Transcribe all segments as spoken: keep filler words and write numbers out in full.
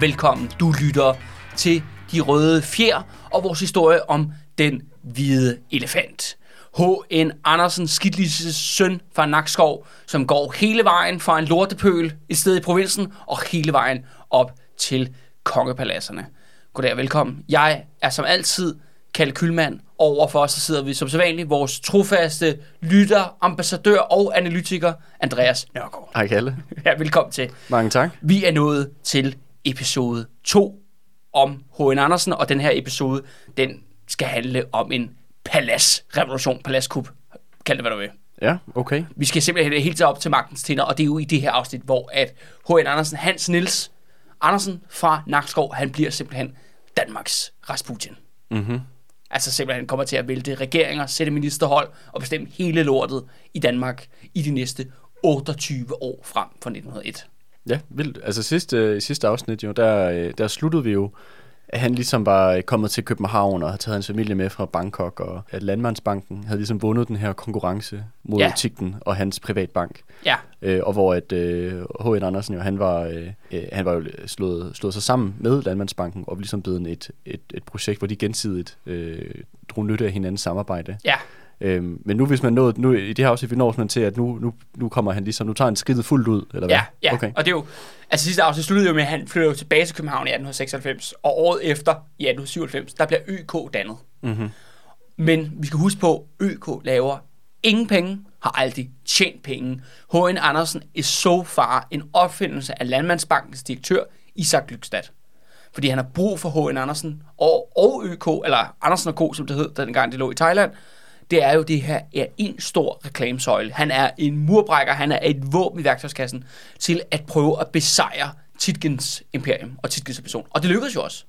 velkommen. Du lytter til De Røde Fjer og vores historie om den hvide elefant. H N. Andersen, Skidlises søn fra Nakskov, som går hele vejen fra en lortepøl et sted i provinsen og hele vejen op til kongepaladserne. Goddag og velkommen. Jeg er som altid Kalle Kyhlmann. Overfor os så sidder vi som sædvanligt vores trofaste lytter, ambassadør og analytiker Andreas Nørgaard. Hej Kalle. Ja, velkommen til. Mange tak. Vi er nået til episode to om H N. Andersen, og den her episode, den skal handle om en paladsrevolution, paladskup, kald det hvad du vil. Ja, okay. Vi skal simpelthen helt op til magtens tinder, og det er jo i det her afsnit, hvor at H N. Andersen, Hans Niels Andersen fra Nakskov, han bliver simpelthen Danmarks Rasputin. Mhm. Altså simpelthen kommer til at vælte regeringer, sætte ministerhold og bestemme hele lortet i Danmark i de næste otteogtyve år frem fra nitten hundrede og et. Ja, vildt. Altså sidste, sidste afsnit jo, der, der sluttede vi jo, at han ligesom var kommet til København og havde taget hans familie med fra Bangkok, og at Landmandsbanken havde ligesom vundet den her konkurrence mod Ja. Tigten og hans privatbank. Ja, Øh, og hvor at øh, H N. Andersen jo, han var, øh, han var jo slået, slået sig sammen med Landmandsbanken og ligesom blevet et, et, et projekt, hvor de gensidigt øh, drog nytte af hinandens samarbejde. ja, Øhm, men nu hvis man nået, nu i det her afsnit, vi når man til, at nu, nu, nu kommer han ligesom, nu tager han skridtet fuldt ud, eller hvad? ja, ja. Okay. Og det er jo, altså sidste afsnit sluttede jo med, at han flytter jo tilbage til København i atten seksoghalvfems, og året efter, i atten syvoghalvfems, der bliver Ø K dannet. Mm-hmm. Men vi skal huske på, at Ø K laver ingen penge, har aldrig tjent penge. H N. Andersen er so far en opfindelse af Landmandsbankens direktør, Isak Glückstadt. Fordi han har brug for H N. Andersen og, og Ø K, eller Andersen og K, som det hed, dengang det lå i Thailand. Det er jo det her er en stor reklamesøjle. Han er en murbrækker, han er et våben i værktøjskassen til at prøve at besejre Tietgens imperium og Tietgens person. Og det lykkedes jo også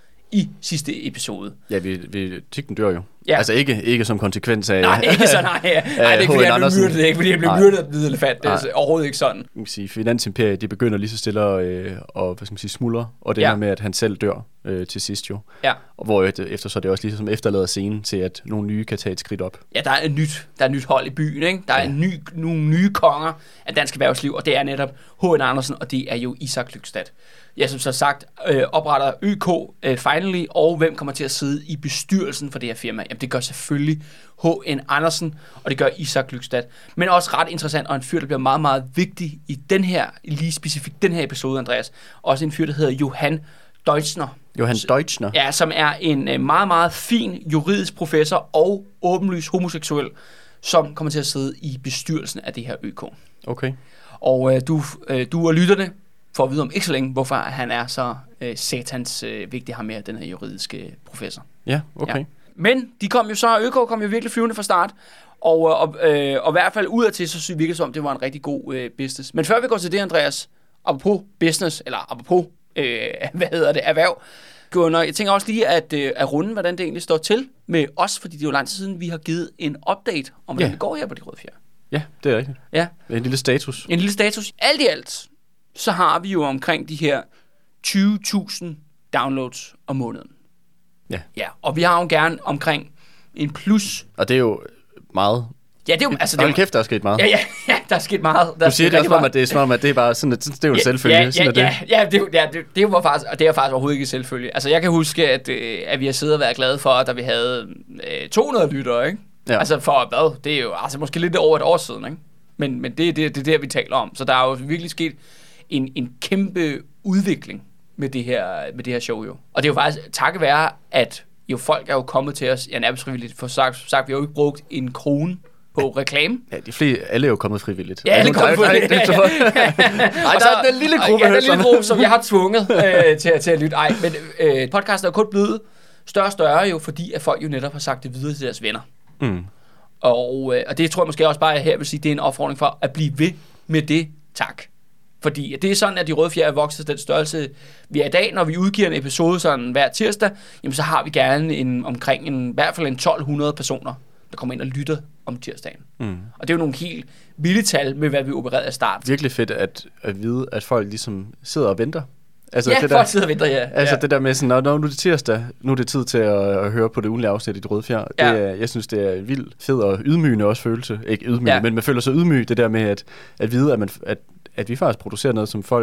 i sidste episode. Ja, vi, vi, Tigten dør jo. Ja. Altså ikke, ikke som konsekvens af... Nej, ikke så nej. Nej, det er ikke fordi, han blev myrdet. Det er ikke fordi, han blev myrdet af den hvide elefant. Det er altså overhovedet ikke sådan. Man kan sige, Finansimperiet, de begynder lige så stille og, øh, og hvad skal man sige, smuldre, og det Ja. her med, at han selv dør øh, til sidst jo. Ja. Og hvor efter så er det også ligesom efterlader scenen til, at nogle nye kan tage et skridt op. Ja, der er et nyt, der er et nyt hold i byen, ikke? Der er Ja. en ny, nogle nye konger af dansk erhvervsliv, og det er netop H N. Andersen, og det er jo Isak Glückstadt. Ja, som så sagt, øh, opretter Ø K øh, finally, og hvem kommer til at sidde i bestyrelsen for det her firma? Jamen, det gør selvfølgelig H N. Andersen, og det gør Isak Glückstadt. Men også ret interessant, og en fyr, der bliver meget, meget vigtig i den her, lige specifikt den her episode, Andreas. Også en fyr, der hedder Johann Deutschner. Johann Deutschner. Ja, som er en øh, meget, meget fin juridisk professor og åbenlys homoseksuel, som kommer til at sidde i bestyrelsen af det her Ø K. Okay. Og øh, du, øh, du og lytterne får at vide om ikke så længe, hvorfor han er så øh, satans øh, vigtig ham med den her juridiske professor. Ja, okay. Ja. Men de kom jo så, Ø K kom jo virkelig flyvende fra start, og, og, øh, og i hvert fald udadtil, så virkede det som, det var en rigtig god øh, business. Men før vi går til det, Andreas, apropos business, eller apropos, øh, hvad hedder det, erhverv, Gunnar, jeg tænker også lige at, øh, at runde, hvordan det egentlig står til med os, fordi det er jo lang tid siden, vi har givet en update om, hvordan Ja. det går her på De Røde Fjer. Ja, det er rigtigt. Ja. En lille status. En lille status. Alt i alt, så har vi jo omkring de her tyve tusind downloads om måneden. Ja. Ja, og vi har jo gerne omkring en plus. Og det er jo meget... Ja, det er jo... Altså, det er Hold jo, kæft, der er sket meget. ja, ja, ja, der er sket meget. Der Du siger det også som om, at det er som om, at det er bare sådan, at det er jo en selvfølge. Ja, ja, sådan er ja, det. ja, det, er jo- ja, det, det, er jo faktisk, og det er faktisk overhovedet ikke selvfølgelig. Altså, jeg kan huske, at, øh, at vi har siddet og været glade for, da vi havde øh, to hundrede lyttere, ikke? Ja. Altså, for hvad? Det er jo altså, måske lidt over et år siden, ikke? Men, men det, det, det er det, vi taler om. Så der er jo virkelig sket en, en kæmpe udvikling med det, her, med det her show, jo. Og det er jo faktisk takket være, at jo folk er jo kommet til os, ja, nærmest frivilligt, for sagt, sagt vi har jo ikke brugt en krone på reklame. Ja, de flere, alle er jo kommet frivilligt. Ja, alle Nu- kommer nej, frivilligt. nej, det er- Nej, Og der er den lille gruppe, ja, den her, lille som- gruppe, som jeg har tvunget øh, til, til at lytte. Ej, men øh, podcasten er jo kun blevet større og større jo, fordi at folk jo netop har sagt det videre til deres venner. Mm. Og, øh, og det tror jeg måske også bare, at jeg her vil sige, det er en opfordring for at blive ved med det, tak. Fordi det er sådan, at De Røde Fjer er vokset til den størrelse, vi er i dag. Når vi udgiver en episode sådan hver tirsdag, jamen så har vi gerne en, omkring en, i hvert fald en tolv hundrede personer, der kommer ind og lytter om tirsdagen. Mm. Og det er jo nogle helt vilde tal med, hvad vi opererede af start. Virkelig fedt at, at vide, at folk ligesom sidder og venter. Altså Ja, det folk der, sidder og venter, ja. altså ja. det der med sådan, nå, nu er det tirsdag, nu er det tid til at, at høre på det ugenlige afsnit i Det Røde Fjer. Det Ja. er, jeg synes, det er en vild, fed og ydmygende også følelse. Ikke ydmygende, Ja. men man føler sig ydmyg, det der med at, at vide, at, man, at, at vi faktisk producerer noget, som folk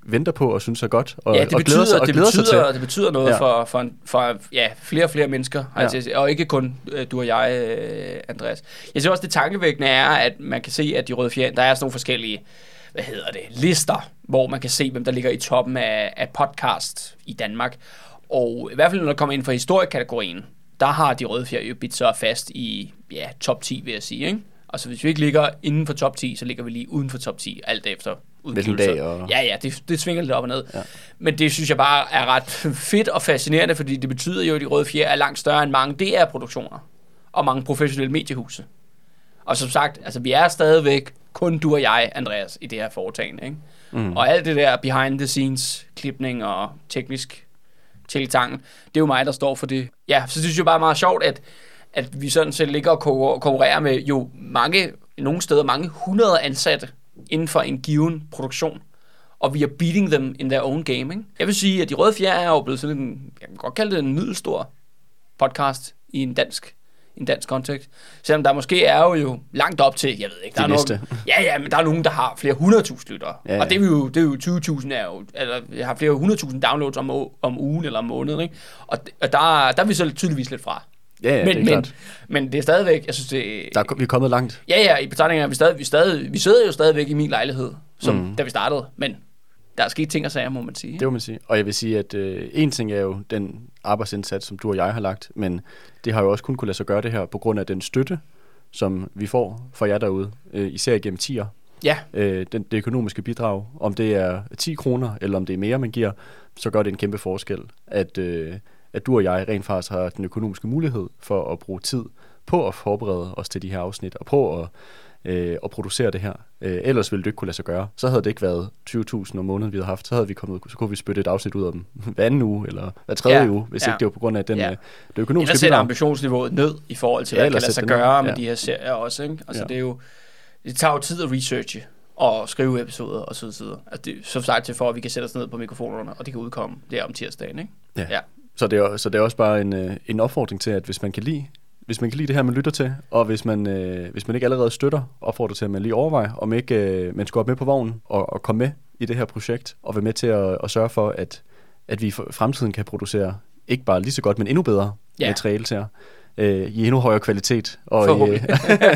venter på og synes er godt, og, ja, det og betyder, glæder sig, og det glæder betyder, sig til. Det betyder noget ja. for, for, for ja, flere og flere mennesker, ja. Og ikke kun uh, du og jeg, uh, Andreas. Jeg synes også, det tankevækkende er, at man kan se, at de røde fjer, der er sådan nogle forskellige, hvad hedder det, lister, hvor man kan se, hvem der ligger i toppen af, af podcast i Danmark. Og i hvert fald, når der kommer ind for historiekategorien, der har de røde fjer jo bidt sig fast i ja, top ti, vil jeg sige, ikke? Altså hvis vi ikke ligger inden for top ti, så ligger vi lige uden for top ti, alt efter udgivelser. Og... Ja, ja, det, det svinger lidt op og ned. Ja. Men det synes jeg bare er ret fedt og fascinerende, fordi det betyder jo, at de røde fjer er langt større end mange D R-produktioner og mange professionelle mediehuse. Og som sagt, altså vi er stadigvæk kun du og jeg, Andreas, i det her foretagende, ikke? Mm. Og alt det der behind the scenes, klipning og teknisk tiltangen, det er jo mig, der står for det. Ja, så synes jeg bare meget sjovt, at at vi sådan set ligger og konkurrerer med jo mange, nogle steder mange hundrede ansatte inden for en given produktion, og vi er beating them in their own game, ikke? Jeg vil sige, at de røde fjer er jo blevet sådan en, jeg kan godt kalde det en middelstor podcast i en dansk, en dansk kontekst, selvom der måske er jo, jo langt op til, jeg ved ikke, der de er nogen, ja, ja, men der er nogen, der har flere hundredtusind lyttere, ja, ja. Og det er jo, det er jo tyve tusind er jo, eller jeg har flere hundredtusind downloads om, om ugen eller om måneden, ikke? Og, og der, der er vi så tydeligvis lidt fra. Ja, ja, men, det er men, men det er stadigvæk, jeg synes det... Der er, vi er kommet langt. Ja, ja, i betragtning af, at vi, stadig, vi, stadig, vi sidder jo stadigvæk i min lejlighed, som mm. da vi startede, men der er sket ting og sager, må man sige. Det må man sige, og jeg vil sige, at øh, en ting er jo den arbejdsindsats, som du og jeg har lagt, men det har jo også kun kunne lade sig gøre det her, på grund af den støtte, som vi får fra jer derude, øh, især igennem tier. Ja. Øh, den, det økonomiske bidrag, om det er ti kroner, eller om det er mere, man giver, så gør det en kæmpe forskel, at... Øh, at du og jeg rent faktisk har den økonomiske mulighed for at bruge tid på at forberede os til de her afsnit, og på at, øh, at producere det her. Øh, ellers ville det ikke kunne lade sig gøre. Så havde det ikke været tyve tusind om måneden, vi havde haft. Så, havde vi kommet, så kunne vi spytte et afsnit ud af dem hver anden uge, eller hver tredje ja, uge, hvis ja. ikke det var på grund af den, ja. det økonomiske bidrag. Ellers ambitionsniveauet ned i forhold til, ja, hvad kan lade sig gøre med ja. de her serier også. Ikke? Altså, ja. det, er jo, det tager jo tid at researche og skrive episoder og så videre. Altså, det er så sagt til for, at vi kan sætte os ned på mikrofonerne, og det kan udkomme der om tirsdagen. Ikke? Ja. ja. Så det, er, så det er også bare en, en opfordring til, at hvis man kan lide, hvis man kan lide det her, man lytter til, og hvis man, øh, hvis man ikke allerede støtter, opfordrer til, at man lige overvejer, om ikke øh, man skal op med på vognen og, og komme med i det her projekt, og være med til at, at sørge for, at, at vi i fremtiden kan producere ikke bare lige så godt, men endnu bedre ja. materiale til jer, øh, i endnu højere kvalitet. Og, øh,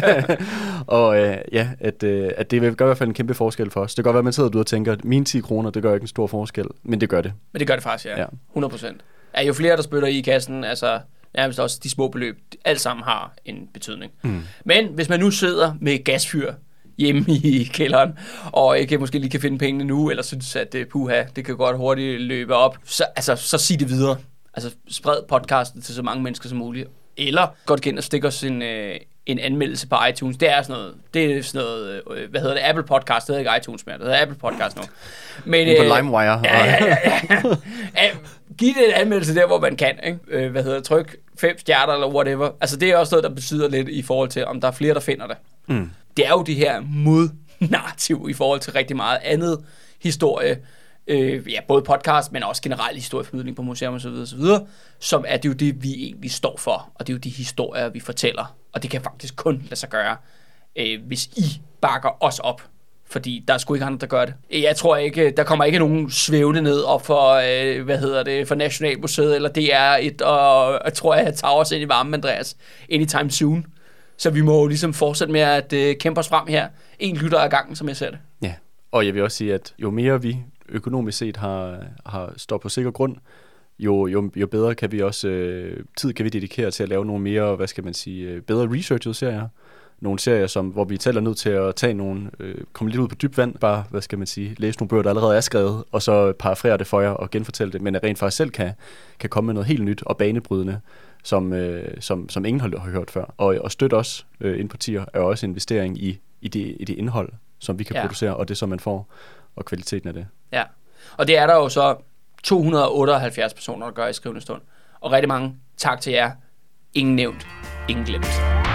og øh, ja, at, øh, at det vil gøre i hvert fald en kæmpe forskel for os. Det kan godt være, at man sidder og tænker, at mine ti kroner, det gør ikke en stor forskel, men det gør det. Men det gør det faktisk, ja. ja. hundrede procent. Ja, jo flere, der spytter i kassen, altså nærmest også de små beløb, alt sammen har en betydning. Mm. Men hvis man nu sidder med gasfyr hjemme i kælderen, og ikke måske lige kan finde pengene nu, eller synes, at det, puha, det kan godt hurtigt løbe op, så, altså, så sig det videre. Altså spred podcasten til så mange mennesker som muligt. Eller godt igen og stikke os en, øh, en anmeldelse på iTunes. Det er sådan noget, det er sådan noget, øh, hvad hedder det, Apple Podcast, det hedder ikke iTunes mere, det hedder Apple Podcast nu. Men, øh, på LimeWire. Ja, ja, ja, ja. Giv det en anmeldelse der, hvor man kan, ikke? Øh, hvad hedder det, tryk fem stjerner eller whatever. Altså det er også noget, der betyder lidt i forhold til, om der er flere, der finder det. Mm. Det er jo det her modnarrativ i forhold til rigtig meget andet historie, Øh, ja, både podcast, men også generelt historieformidling på museum og så videre, så videre, som er det jo det, vi egentlig står for, og det er jo de historier, vi fortæller, og det kan faktisk kun lade sig gøre, øh, hvis I bakker os op, fordi der er sgu ikke andre, der gør det. Jeg tror ikke, der kommer ikke nogen svævende ned op for, øh, hvad hedder det, for Nationalmuseet, eller D R et, og jeg tror, jeg tager os ind i varmen, Andreas, anytime soon. Så vi må jo ligesom fortsætte med at øh, kæmpe os frem her, en lytter ad gangen, som jeg ser det. Ja, og jeg vil også sige, at jo mere vi økonomisk set har, har står på sikker grund, jo, jo, jo bedre kan vi også, øh, tid kan vi dedikere til at lave nogle mere, hvad skal man sige, øh, bedre researchede serier. Nogle serier, som, hvor vi taler nødt til at tage nogle, øh, komme lidt ud på dybt vand, bare, hvad skal man sige, læse nogle bøger, der allerede er skrevet, og så parafrere det for jer og genfortælle det, men at rent faktisk selv kan, kan komme med noget helt nyt og banebrydende, som, øh, som, som ingen har, har hørt før. Og, og støtte os øh, ind på tier er også en investering i, i, det, i det indhold, som vi kan ja. producere, og det, som man får, og kvaliteten af det. Ja, og det er der jo så to hundrede og otteoghalvfjerds personer, der gør i skrivende stund. Og rigtig mange tak til jer. Ingen nævnt, ingen glemt.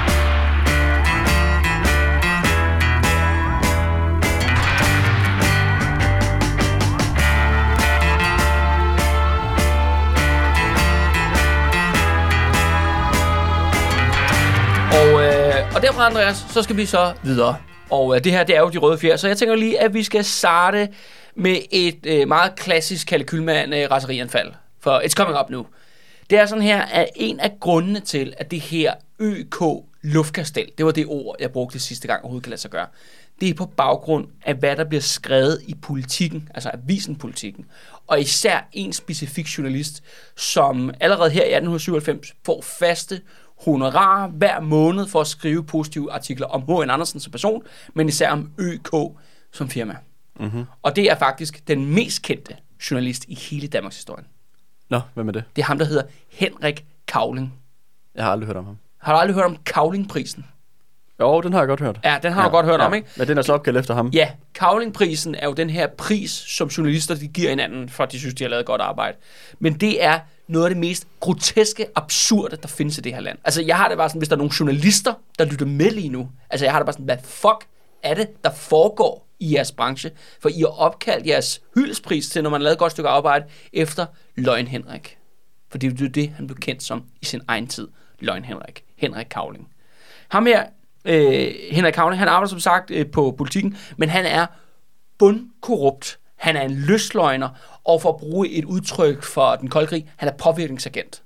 Og, øh, og derfra, Andreas, så skal vi så videre. Og øh, det her, det er jo de røde fjer, så jeg tænker lige, at vi skal starte med et øh, meget klassisk Kalle Kyllmann øh, raserianfald. For it's coming up nu. Det er sådan her, at en af grundene til, at det her Ø K luftkastel, det var det ord, jeg brugte sidste gang overhovedet kan lade sig gøre, det er på baggrund af, hvad der bliver skrevet i Politikken, altså avisen Politikken. Og især en specifik journalist, som allerede her i atten syvoghalvfems får faste honorarer hver måned for at skrive positive artikler om H N. Andersen som person, men især om Ø K som firma. Mm-hmm. Og det er faktisk den mest kendte journalist i hele Danmarks historie. Nå, hvem er det? Det er ham, der hedder Henrik Cavling. Jeg har aldrig hørt om ham. Har du aldrig hørt om Cavlingprisen? Jo, den har jeg godt hørt. Ja, den har ja, du godt hørt ja. om, ikke? Men den er så opkaldt efter ham? Ja, Cavlingprisen er jo den her pris, som journalister de giver hinanden, for at de synes, de har lavet godt arbejde. Men det er noget af det mest groteske, absurde, der findes i det her land. Altså, jeg har det bare sådan, hvis der er nogle journalister, der lytter med lige nu, altså, jeg har det bare sådan, hvad fuck er det, der foregår i jeres branche? For I har opkaldt jeres hyldespris til, når man har lavet et godt stykke arbejde, efter Løgn Henrik. For det er jo det, han blev kendt som i sin egen tid. Løgn Henrik. Henrik Cavling. Ham her, øh, Henrik Cavling, han arbejder som sagt øh, på Politikken, men han er bundkorrupt. Han er en løsløgner, og for at bruge et udtryk for den kolde krig, han er påvirkningsagent.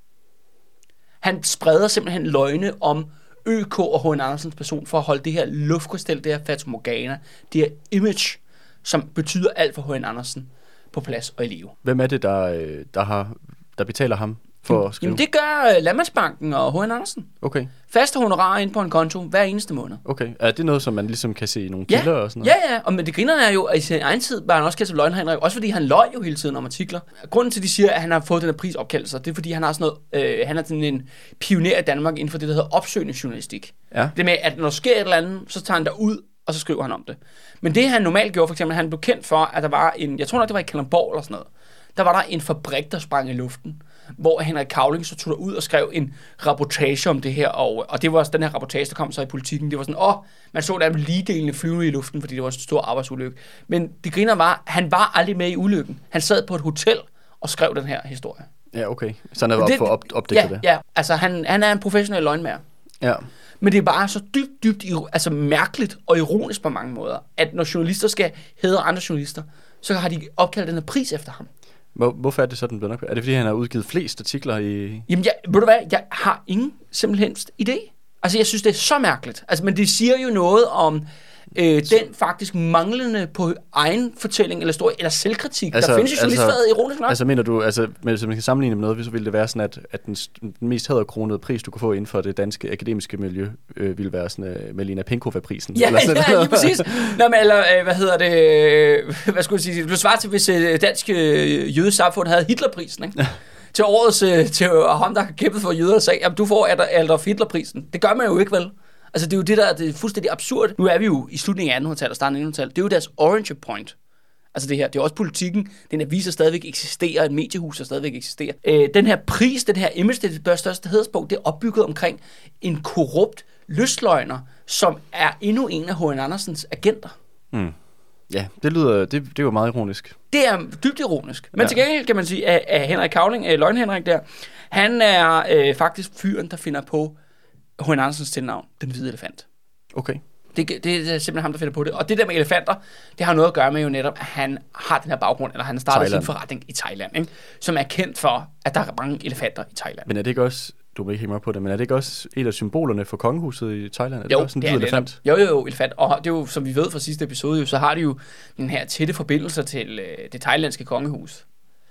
Han spreder simpelthen løgne om Ø K og H N. Andersens person for at holde det her luftkastel, det her fatamorgana, det her image, som betyder alt for H N. Andersen på plads og i live. Hvem er det, der, der, har, der betaler ham for at skrive? Jamen det gør Landmandsbanken og H N. Andersen. Okay. Faste honorarer ind på en konto hver eneste måned. Okay. Er det noget, som man ligesom kan se i nogle ja. kilder og sådan noget? Ja, ja. Og men det griner er jo, at i sin egen tid var han også kendt som Løgn Henrik, også fordi han løg jo hele tiden om artikler. Grunden til, at de siger, at han har fået den her prisopkaldelse, det er, fordi han har sådan noget, øh, han er sådan en pioner i Danmark inden for det, der hedder opsøgende journalistik. Ja. Det med, at når der sker et eller andet, så tager han derud, og så skriver han om det. Men det, han normalt gjorde, for eksempel, han blev kendt for, at der var en, jeg tror nok, det var i Kalundborg eller sådan noget, der var der en fabrik, der sprang i luften, hvor Henrik Cavling så tog ud og skrev en rapportage om det her, og, og det var den her rapportage, der kom så i Politikken. Det var sådan, åh, man så der ligedelene flyve i luften, fordi det var en stor arbejdsulykke. Men det griner var, han var aldrig med i ulykken. Han sad på et hotel og skrev den her historie. Ja, okay. Så han havde været op for op, opdækket ja, det. Ja, altså han, han er en professionel løgnmager. Ja. Men det er bare så dybt, dybt altså mærkeligt og ironisk på mange måder, at når journalister skal hædre andre journalister, så har de opkaldt den her pris efter ham. Hvor, hvorfor er det sådan, nok? Er det fordi, han har udgivet flest artikler i... Jamen, jeg, ved du hvad? Jeg har ingen simpelthen idé. Altså, jeg synes, det er så mærkeligt. Altså, men det siger jo noget om øh, den faktisk manglende på egen fortælling eller story, eller selvkritik. Altså, der findes jo journalistfaget altså, ironisk nok. Altså, mener du, altså, hvis man kan sammenligne med noget, så ville det være sådan, at, at den, den mest hæderkronede pris, du kunne få inden for det danske akademiske miljø, øh, ville være sådan uh, Malina Penkowa-prisen. Ja, eller sådan ja, lige præcis. Nå, men, eller, øh, hvad hedder det, øh, hvad skulle jeg sige, det blev svaret til, hvis øh, dansk øh, jødesamfund havde Hitlerprisen, ikke? til årets, øh, til ham, der har kæmpet for jøder, og sagde, jamen, du får Adolf Hitlerprisen. Det gør man jo ikke, vel? Altså, det er jo det, der det er fuldstændig absurd. Nu er vi jo i slutningen af attenhundredetallet og starten af nittenhundredetallet. Det er jo deres orange point. Altså det her, det er også Politikken. Den avis der stadigvæk eksisterer, et mediehus der stadigvæk eksisterer. Øh, den her pris, den her image, det er største hædersbog, det er opbygget omkring en korrupt løsløgner, som er endnu en af H N. Andersens agenter. Mm. Ja, det lyder, det, det var meget ironisk. Det er dybt ironisk. Men ja. Til gengæld kan man sige, at, at Henrik Cavling, øh, Løgn Henrik der, han er øh, faktisk fyren, der finder på H N. Andersens tilnavn, Den Hvide Elefant. Okay. Det, det, det er simpelthen ham, der finder på det. Og det der med elefanter, det har noget at gøre med jo netop, at han har den her baggrund, eller han har startet sin forretning i Thailand, ikke? Som er kendt for, at der er mange elefanter i Thailand. Men er det ikke også, du må ikke hænge mig på det, men er det ikke også et af symbolerne for kongehuset i Thailand? Er det jo, også en hvid elefant? Jo, jo, jo, elefant. Og det er jo, som vi ved fra sidste episode, jo, så har de jo den her tætte forbindelser til øh, det thailandske kongehus.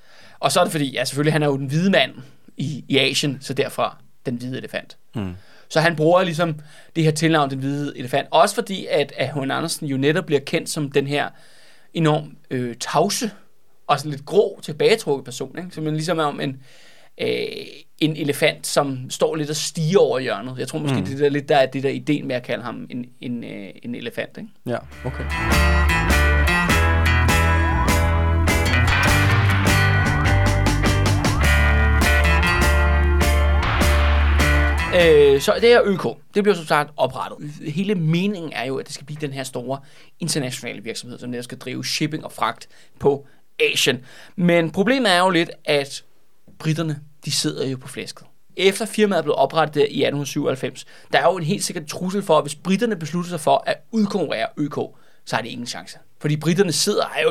Og så er det fordi, ja, selvfølgelig, han er jo den hvide mand i, i Asien, så derfra den hvide elefant. Mm. Så han bruger ligesom det her tilnavn, Den Hvide Elefant. Også fordi, at, at H N. Andersen jo netop bliver kendt som den her enormt øh, tavse og sådan lidt grå, tilbagetrukket person. Ikke? Så man ligesom er om en, øh, en elefant, som står lidt og stiger over hjørnet. Jeg tror måske, mm. det der lidt der er det der ideen med at kalde ham en, en, øh, en elefant. Ikke? Ja, okay. Øh, så det her Ø K, det bliver som sagt oprettet. Hele meningen er jo, at det skal blive den her store internationale virksomhed, som netop skal drive shipping og fragt på Asien. Men problemet er jo lidt, at britterne, de sidder jo på flæsket. Efter firmaet blev oprettet der i atten syvoghalvfems, der er jo en helt sikkert trussel for, at hvis britterne beslutter sig for at udkonkurrere Ø K, så har det ingen chance. Fordi britterne sidder er jo langt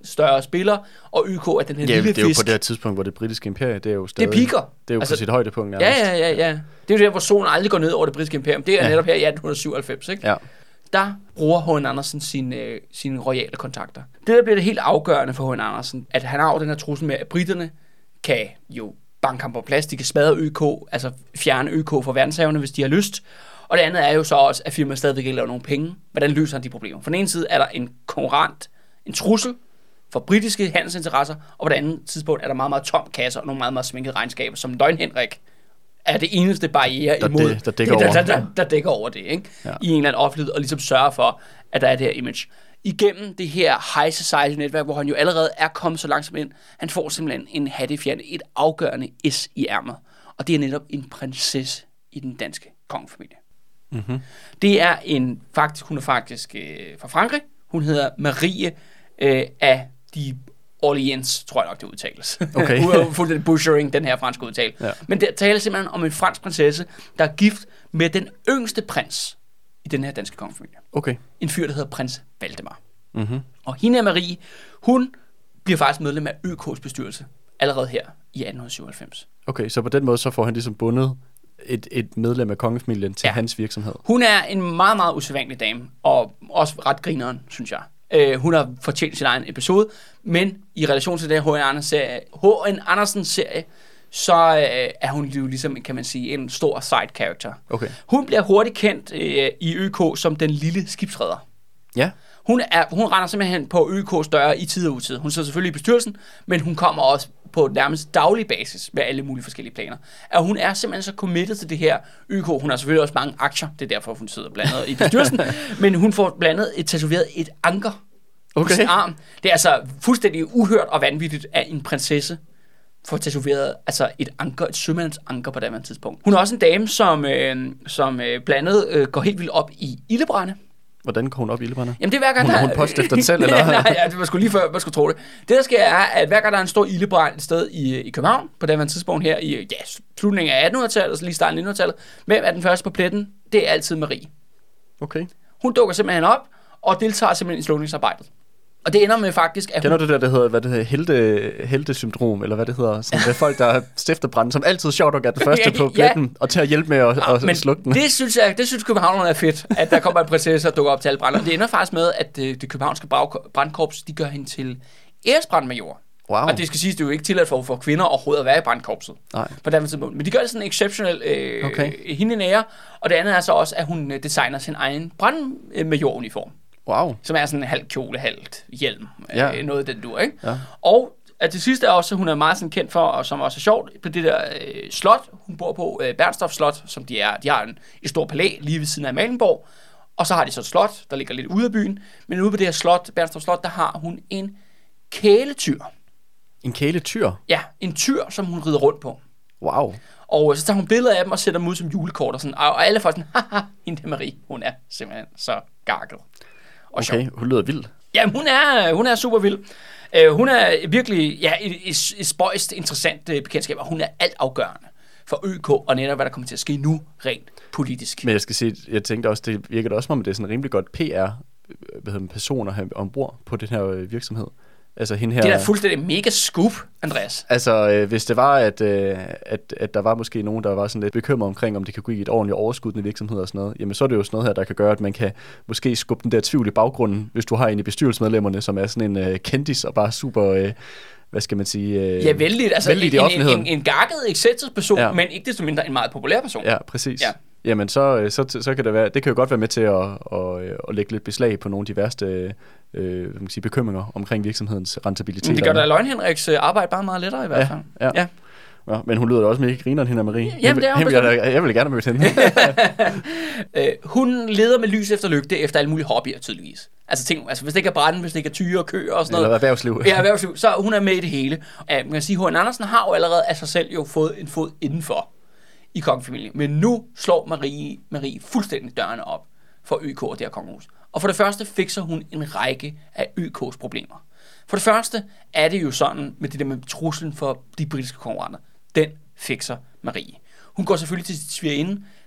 større spiller, og Y K er den her ja, lille det er fisk. jo på det her tidspunkt, hvor det britiske imperie, det er jo stadig... Det piker. Det er jo altså, på sit højdepunkt ja, nærmest. ja, ja, ja. Det er jo der, hvor solen aldrig går ned over det britiske imperium. Det er ja. netop her i atten syvoghalvfems, ikke? Ja. Der bruger H N. Andersen sine, øh, sine royale kontakter. Det der bliver det helt afgørende for H N. Andersen, at han har jo den her trussel med, at britterne kan jo banke ham på plads, de kan smadre Ø K, altså fjerne Ø K fra verdenshavene, hvis de har lyst. Og det andet er jo så også, at firmaet stadigvæk ikke laver nogen penge. Hvordan løser han de problemer? For den ene side er der en konkurrent, en trussel for britiske handelsinteresser, og på det andet tidspunkt er der meget, meget tom kasser og nogle meget, meget svænkede regnskaber, som Løgn Henrik er det eneste barriere der, imod, det, der, dækker der, over. Der, der, der dækker over det, ikke? Ja. I en eller anden offentlighed, og ligesom sørger for, at der er det her image. Igennem det her high society netværk, hvor han jo allerede er kommet så langsomt ind, han får simpelthen en hattefjerne, et afgørende S i ærmet. Og det er netop en prinsesse i den danske kongefamilie. Mm-hmm. Det er en, faktisk, hun er faktisk øh, fra Frankrig. Hun hedder Marie øh, af de Orleans, tror jeg nok, det udtales. Okay. Hun har fuldt butchering, den her franske udtale. Ja. Men der taler simpelthen om en fransk prinsesse, der er gift med den yngste prins i den her danske kongefamilie. Okay. En fyr, der hedder prins Valdemar. Mm-hmm. Og hende er Marie, hun bliver faktisk medlem af Ø K's bestyrelse allerede her i atten syvoghalvfems. Okay, så på den måde så får han ligesom bundet et, et medlem af kongefamilien til ja. hans virksomhed. Hun er en meget, meget usædvanlig dame, og også ret grineren, synes jeg. Uh, hun har fortjent sin egen episode, men i relation til det her H N. Andersen-serie, H N. Andersen-serie, så uh, er hun jo ligesom, kan man sige, en stor side character. Okay. Hun bliver hurtigt kendt uh, i Ø K som den lille skibsredder. Ja. Hun, er, hun render simpelthen på Ø K's døre i tid og utid. Hun sidder selvfølgelig i bestyrelsen, men hun kommer også på nærmest daglig basis med alle mulige forskellige planer. Og hun er simpelthen så committed til det her Ø K. Hun har selvfølgelig også mange aktier, det er derfor, hun sidder blandet i bestyrelsen, men hun får blandet et tatoveret et anker okay. på sin arm. Det er altså fuldstændig uhørt og vanvittigt af en prinsesse får tatoveret altså et anker, et sømands anker på det tidspunkt. Hun er også en dame, som, øh, som øh, blandet øh, går helt vildt op i ildebrænde. Hvordan går hun op i ildebrænde? Jamen det er hver gang, hun, der... Hun post efter den selv, eller? Nej, ja, det var sgu lige før, man skulle tro det. Det der sker er, at hver gang der er en stor ildebrand et sted i, i København, på det her tidspunkt her i ja, slutningen af attenhundredetallet, altså lige starten af nittenhundredetallet, hvem er den første på pletten? Det er altid Marie. Okay. Hun dukker simpelthen op og deltager simpelthen i slukningsarbejdet. Og det ender med faktisk, at Kender hun... du det der, der hedder, hvad det hedder, helte, heltesyndrom, eller hvad det hedder? Sådan, det er folk, der stifter branden, som altid sjovt nok er den første på pletten, ja. og til at hjælpe med at, ja, at slukke den. Det synes jeg, det synes københavnerne er fedt, at der kommer en prinsesse og dukker op til alle brænder. Det ender faktisk med, at det, det københavnske brandkorps, de gør hende til æresbrandmajor. Wow. Og det skal siges, det er jo ikke tilladt for, for kvinder overhovedet at være i brandkorpset. Nej. På den tidspunkt. Men de gør det sådan en exceptionel øh, okay. hende en ære. Og det andet er så også, at hun designer sin egen brandmajoruniform. Wow. Som er sådan en halv kjole, halvt hjelm. Ja. Øh, noget den du, ikke? Ja. Og at det sidste er også, hun er meget sådan kendt for, og som også er sjovt, på det der øh, slot, hun bor på, øh, Bernstorff Slot, som de er. De har en, et stort palæ lige ved siden af Amalienborg. Og så har de så et slot, der ligger lidt ude af byen. Men ude på det her slot, Bernstorff Slot, der har hun en kæletyr. En kæletyr? Ja, en tyr, som hun rider rundt på. Wow. Og så tager hun billeder af dem og sætter dem ud som julekort og sådan. Og alle får sådan, haha, hende der Marie, hun er simpelthen så garket. Og okay, sjov. Hun lyder vild. Ja, hun er, hun er super vild. Uh, hun er virkelig ja, et, et, et spøjst, interessant uh, bekendtskab, og hun er alt afgørende for Ø K, og netop hvad der kommer til at ske nu, rent politisk. Men jeg skal sige, jeg tænkte også, det virker da også som om, det er sådan rimelig godt P R, hvad hedder personer her ombord på den her virksomhed. Altså hende her... Det er da fuldstændig mega scoop, Andreas. Altså, øh, hvis det var, at, øh, at, at der var måske nogen, der var sådan lidt bekymret omkring, om det kan gå i et ordentligt overskuddende virksomhed og sådan noget, jamen så er det jo sådan noget her, der kan gøre, at man kan måske skubbe den der tvivl i baggrunden, hvis du har en i bestyrelsesmedlemmerne, som er sådan en øh, kendis og bare super... Øh, hvad skal man sige... Øh, ja, vældigt. Altså vældigt i offentligheden. En, en, en gakket, excentrisk person, ja. men ikke desto mindre en meget populær person. Ja, præcis. Ja. Jamen, så, så, så kan det være... Det kan jo godt være med til at, at, at lægge lidt beslag på nogle af de værste øh, hvad man sige, bekymringer omkring virksomhedens rentabilitet. Men det gør da Løgn Henriks arbejde bare meget lettere i hvert fald. Ja, ja. ja. Ja, men hun lyder da også mega grineren, hende af Marie. Jamen, det er hun jeg, jeg, jeg vil gerne møde hende. øh, hun leder med lys efter lygte efter alle mulige hobbyer, tydeligvis. Altså, ting, altså hvis det ikke er branden, hvis det ikke er tyre og køer og sådan noget. Eller erhvervsliv. Ja, erhvervsliv. Så hun er med i det hele. Uh, man kan sige, at H N. Andersen har jo allerede af sig selv jo fået en fod indenfor i kongefamilien. Men nu slår Marie, Marie fuldstændig dørene op for Ø K og det her kongehus. Og for det første fikser hun en række af Ø K's problemer. For det første er det jo sådan med det der med truslen for de britiske konkurrenter. Den fikser Marie. Hun går selvfølgelig til sit svigerinde,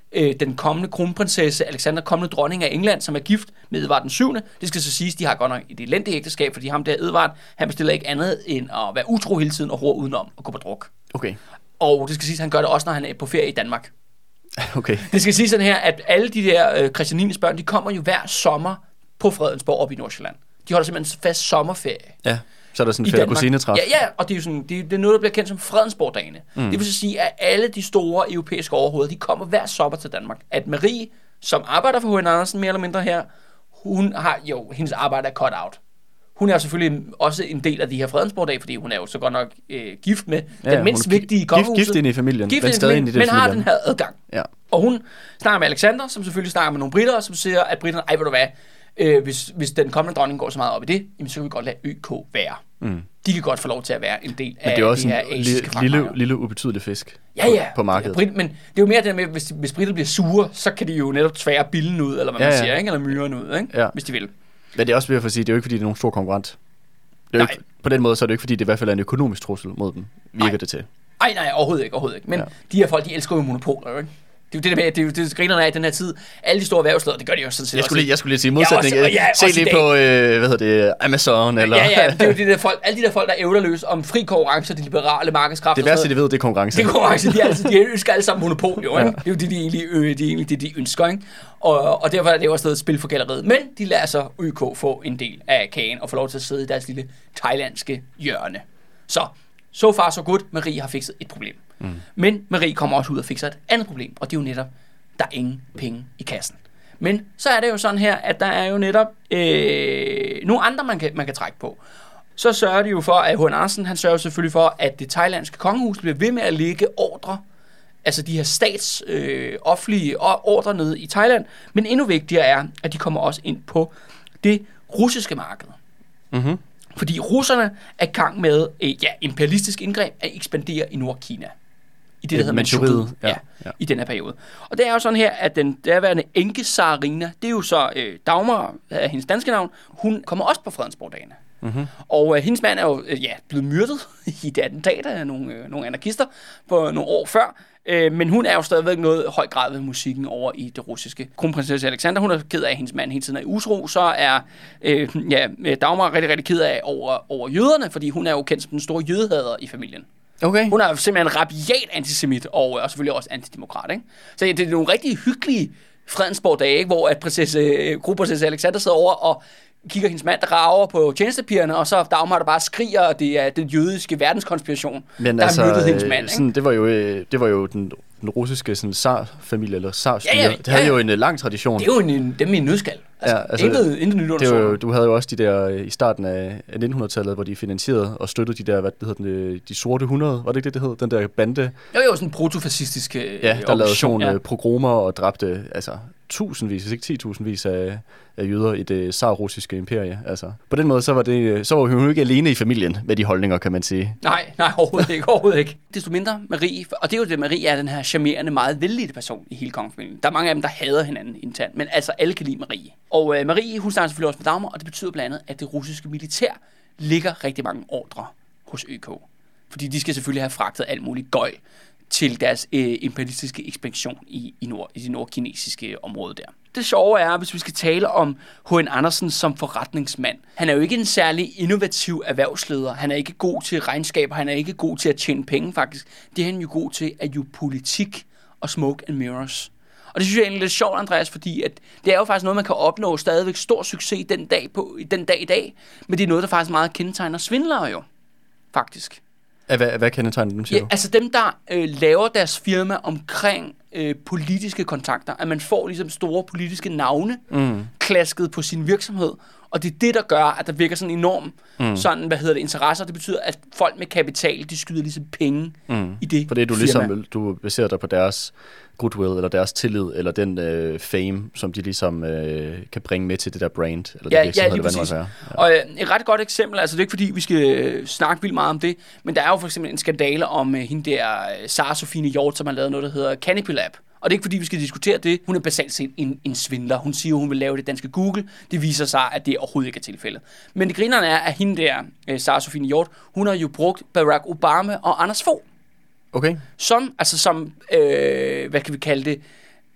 øh, den kommende kronprinsesse Alexandra, kommende dronning af England, som er gift med Edvard den syvende. Det skal så siges, de har godt nok et elendigt ægteskab, fordi ham der Edvard, han bestiller ikke andet end at være utro hele tiden og hår udenom og gå på druk. Okay. Og det skal siges, han gør det også, når han er på ferie i Danmark. Okay. Det skal sige sådan her, at alle de der øh, Christianines børn, de kommer jo hver sommer på Fredensborg op i Nordsjælland. De holder simpelthen fast sommerferie. Ja, så er der sådan en fætter kusinetræf. Ja, ja, og det er jo sådan, det er, det er noget, der bliver kendt som Fredensborg-dagene. Mm. Det vil så sige, at alle de store europæiske overhoveder, de kommer hver sommer til Danmark. At Marie, som arbejder for H N. Andersen mere eller mindre her, hun har jo, hendes arbejde er cut out. Hun er selvfølgelig også en del af de her Fredensborg-dage, fordi hun er jo så godt nok øh, gift med ja, den mindst vigtige kongehuset. Gift, gift ind i familien, gift men stadig ind i det men har den her adgang. Ja. Og hun snakker med Alexander, som selvfølgelig snakker med nogle britter, som siger, at britterne, ej, ved du hvad, øh, hvis, hvis den kommende dronning går så meget op i det, jamen, så kan vi godt lade Ø K være. Mm. De kan godt få lov til at være en del af det er også de her en asiske lille, lille, lille ubetydelig fisk ja, ja. på, på markedet. Brit, men det er jo mere det med, hvis, hvis britter bliver sure, så kan de jo netop tvære billen ud, eller hvad man ja, ja. siger, ikke? Eller myren ud, ikke? Ja. Hvis de vil. Men det er også ved at sige, det er jo ikke, fordi det er nogen stor konkurrent. Det er ikke, på den måde, så er det ikke, fordi det i hvert fald er en økonomisk trussel mod dem, virker nej. det til. Nej, nej, overhovedet ikke, overhovedet ikke. Men ja. de her folk, de elsker jo monopoler, ikke? Det er jo det der med, det er jo det, grinerne er i den her tid. Alle de store erhvervsledere, det gør de jo sådan set jeg skulle, også. lige, jeg skulle lige sige modsætning. Ja, også, ja, se lige på, øh, hvad hedder det, Amazon eller... Ja, ja, det er jo det der folk, alle de der folk, der ævler løs om fri konkurrence, de liberale markedskræfter. Det værste, de ved, det er konkurrence. Det er konkurrence, de, altså, de ønsker alle sammen monopol, jo, ikke? Ja. Det er jo det, de egentlig, øh, de, egentlig, det, de ønsker, ikke? Og, og derfor er det jo også et spil for galleriet. Men de lader så Ø K få en del af kagen og få lov til at sidde i deres lille thailandske hjørne. Så, so far so good, Marie har fikset et problem. Mm. Men Marie kommer også ud og fikser et andet problem, og det er jo netop, der er ingen penge i kassen. Men så er det jo sådan her, at der er jo netop øh, nogle andre, man kan, man kan trække på. Så sørger de jo for, at H N. Andersen, han sørger selvfølgelig for, at det thailandske kongehus bliver ved med at lægge ordre, altså de her stats øh, offentlige ordre nede i Thailand. Men endnu vigtigere er, at de kommer også ind på det russiske marked. Mm-hmm. Fordi russerne er i gang med øh, ja, imperialistisk indgreb at ekspandere i Nordkina. I det, der hedder Manchuriet, ja, ja. I den her periode. Og det er jo sådan her, at den derværende enke Tsarina, det er jo så øh, Dagmar, af hendes danske navn, hun kommer også på Fredensborg-dagene. Mm-hmm. Og øh, hendes mand er jo øh, ja, blevet myrdet i det attentat af nogle, øh, nogle anarkister på nogle år før. Øh, men hun er jo stadigvæk noget høj grad ved musikken over i det russiske. Kronprinsesse Alexander, hun er ked af, at hendes mand hele tiden er i utro. Så er øh, ja, Dagmar rigtig, rigtig ked af over, over jøderne, fordi hun er jo kendt som den store jødehader i familien. Okay. Hun er simpelthen rabiat antisemit og, og selvfølgelig også antidemokrat, ikke? Så ja, det er nogle rigtig hyggelige Fredensborg-dage, ikke? Hvor at prinsesse, kronprinsesse Alexander sidder over og kigger hendes mand, der rager på tjenestepigerne, og så Dagmar, der bare skriger, at det er den jødiske verdenskonspiration, men der altså, har myrdet hendes mand. Sådan, det var jo, det var jo den, den russiske sådan, zar-familie, eller zar-styre. Ja, ja, ja, ja. Det havde jo en lang tradition. Det er jo en, dem i en nødskal. Altså, ja, altså, intet, intet nyt under solen. Du havde jo også de der i starten af nitten hundrede-tallet, hvor de finansierede og støttede de der, hvad det hedder, de, de sorte hundrede, var det ikke det, det hed? Den der bande. Jo, jo, sådan protofascistiske ja, der lavede sådan ja. pogromer og dræbte, altså tusindvis, hvis ikke ti tusindvis af, af jøder i det zar-russiske imperie. Altså, på den måde, så var, det, så var hun jo ikke alene i familien med de holdninger, kan man sige. Nej, nej, overhovedet ikke, overhovedet ikke. Desto mindre Marie, og det er jo det, Marie er den her charmerende, meget velligte person i hele kongefamilien. Der er mange af dem, der hader hinanden internt, men altså alle kan lide Marie. Og øh, Marie, hun snakker selvfølgelig også med Dagmar, og det betyder blandt andet, at det russiske militær ligger rigtig mange ordre hos Ø K. Fordi de skal selvfølgelig have fragtet alt muligt gøj til deres øh, imperialistiske ekspansion i, i, nord, i det nordkinesiske område der. Det sjove er, hvis vi skal tale om H N. Andersen som forretningsmand. Han er jo ikke en særlig innovativ erhvervsleder. Han er ikke god til regnskaber. Han er ikke god til at tjene penge, faktisk. Det er han jo god til, at jo politik og smoke and mirrors. Og det synes jeg egentlig er lidt sjovt, Andreas, fordi at det er jo faktisk noget, man kan opnå stadigvæk stor succes den dag, på, den dag i dag. Men det er noget, der faktisk meget kendetegner svindlere jo, faktisk. Hvad, hvad kendetegner dem, siger ja, du? Altså dem, der øh, laver deres firma omkring øh, politiske kontakter. At man får ligesom store politiske navne mm. klasket på sin virksomhed. Og det er det, der gør, at der virker sådan enorm mm. sådan, hvad hedder det, interesser. Det betyder, at folk med kapital, de skyder ligesom penge mm. i det For det er du firma. Ligesom, du baserer dig på deres goodwill, eller deres tillid, eller den øh, fame, som de ligesom øh, kan bringe med til det der brand, eller ja, det virksomhed, ja, lige eller hvad det ja. Og øh, et ret godt eksempel, altså det er ikke fordi, vi skal snakke vildt meget om det, men der er jo for eksempel en skandale om øh, hende der, øh, Sara Sofine Hjort, som har lavet noget, der hedder Canopy Lab. Og det er ikke fordi, vi skal diskutere det. Hun er basalt set en, en svindler. Hun siger, hun vil lave det danske Google. Det viser sig, at det overhovedet ikke er tilfældet. Men det grinerne er, at hende der, øh, Sara Sofine Hjort, hun har jo brugt Barack Obama og Anders Fogh. Okay. Som, altså som, øh, hvad kan vi kalde det,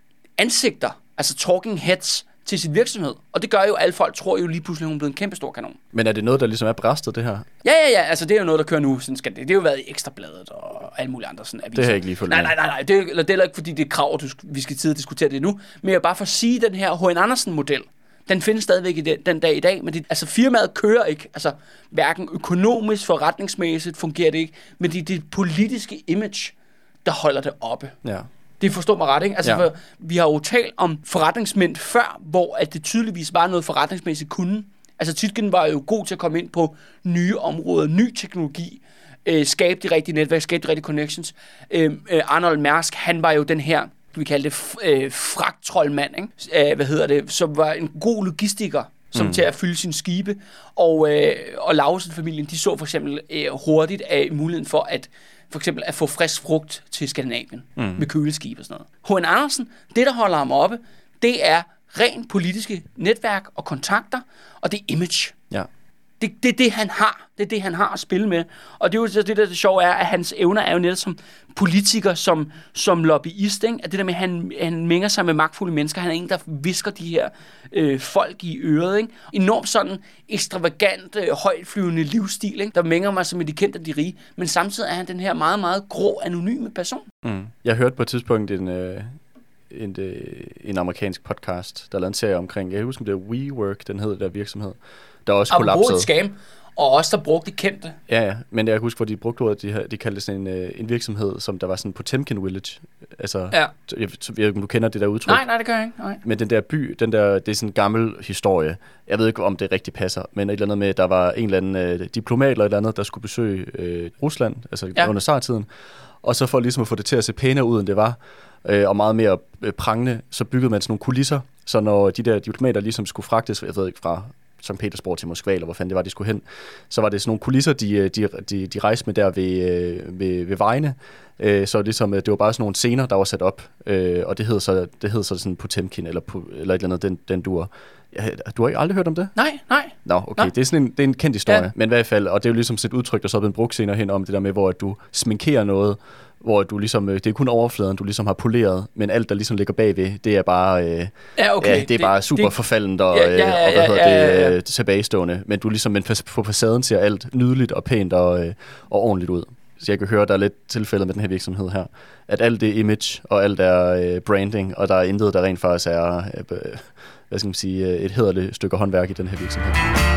ansigter, altså talking heads, til sin virksomhed. Og det gør jo, at alle folk tror jo lige pludselig, hun er blevet en kæmpe stor kanon. Men er det noget, der ligesom er bræstet, det her? Ja, ja, ja. Altså, det er jo noget, der kører nu. Sådan skal det. Det har jo været i Ekstrabladet og alle mulige andre sådan aviser. Det har jeg ikke lige fulgt Nej, nej, nej, nej. Det er, det er heller ikke, fordi det er krav, at vi skal tid at diskutere det nu. Men jeg vil bare for at sige, den her H N. Andersen-model, den findes stadigvæk i den, den dag i dag. Men det, altså, firmaet kører ikke. Altså, hverken økonomisk, forretningsmæssigt fungerer det ikke. Men det er det politiske image, der holder det oppe. Ja. Det forstår mig ret, ikke? Altså, Ja. for, vi har jo talt om forretningsmænd før, hvor at det tydeligvis var noget forretningsmæssigt kunne. Altså, Tietgen var jo god til at komme ind på nye områder, ny teknologi, øh, skabe de rigtige netværk, skabe de rigtige connections. Øh, øh, Arnold Mærsk, han var jo den her, vi kalder det, f- øh, fragttroldmand, ikke? Øh, hvad hedder det? Som var en god logistiker, som mm. til at fylde sine skibe. Og, øh, og Lausen-familien, de så for eksempel øh, hurtigt af muligheden for at for eksempel at få frisk frugt til Skandinavien mm. med køleskib og sådan noget. H N. Andersen, det der holder ham oppe, det er rent politiske netværk og kontakter, og det er image. Ja. Det, det er det, han har. Det er det, han har at spille med. Og det er jo det, der det sjove er, at hans evner er jo netop som politiker, som, som lobbyist. Ikke? At det der med, at han, han mænger sig med magtfulde mennesker. Han er en, der visker de her øh, folk i øret. Ikke? Enormt sådan ekstravagant, øh, højtflyvende livsstil, ikke? Der mænger mig som et de kendte af de rige. Men samtidig er han den her meget, meget grå, anonyme person. Mm. Jeg hørte på et tidspunkt en... Øh En, en amerikansk podcast, der lavede en serie omkring, jeg husker, det er WeWork, den hed der virksomhed, der også kollapsede. Og et scam, og også der brugte kendte. Ja, ja, men jeg husker, hvor de brugte ordet, de, de kaldte sådan en, en virksomhed, som der var sådan Potemkin Village. Altså, ja. jeg, jeg ved ikke, om du kender det der udtryk. Nej, nej, det gør jeg ikke. Nej. Men den der by, den der, det er sådan en gammel historie. Jeg ved ikke, om det rigtig passer, men et eller andet med, at der var en eller anden øh, diplomat eller et eller andet, der skulle besøge øh, Rusland, altså ja. under zartiden. Og så for ligesom at få det til at se pænere ud, end det var, øh, og meget mere øh, prangende, så byggede man sådan nogle kulisser, så når de der diplomater ligesom skulle fragtes, jeg ved ikke, fra Sankt Petersborg til Moskva, eller hvor fanden det var, de skulle hen, så var det sådan nogle kulisser, de, de, de, de rejste med der ved, ved, ved vejene, øh, så ligesom, det var bare sådan nogle scener, der var sat op, øh, og det hed så, det hed så sådan Potemkin, eller, eller et eller andet, den, den dur. Du har ikke aldrig hørt om det? Nej, nej. Nå, okay. Nå. Det er sådan en, det er en kendt historie, ja. Men i hvert fald, og det er jo ligesom et udtryk, der så er blevet brugt senere hen om det der med, hvor du sminkerer noget, hvor du ligesom, det er kun overfladen, du ligesom har poleret, men alt, der ligesom ligger bagved, det er bare, øh, ja, okay. ja, det er bare det, super det, forfaldent og, ja, ja, ja, og hvad hedder ja, ja, ja. det, tilbagestående, men du ligesom, men på facaden ser alt nydeligt og pænt og, og ordentligt ud. Så jeg kan høre, der er lidt tilfældet med den her virksomhed her, at alt det image, og alt er øh, branding, og der er intet, der rent faktisk er, øh, hvad skal man sige, et hæderligt stykke håndværk i den her virksomhed.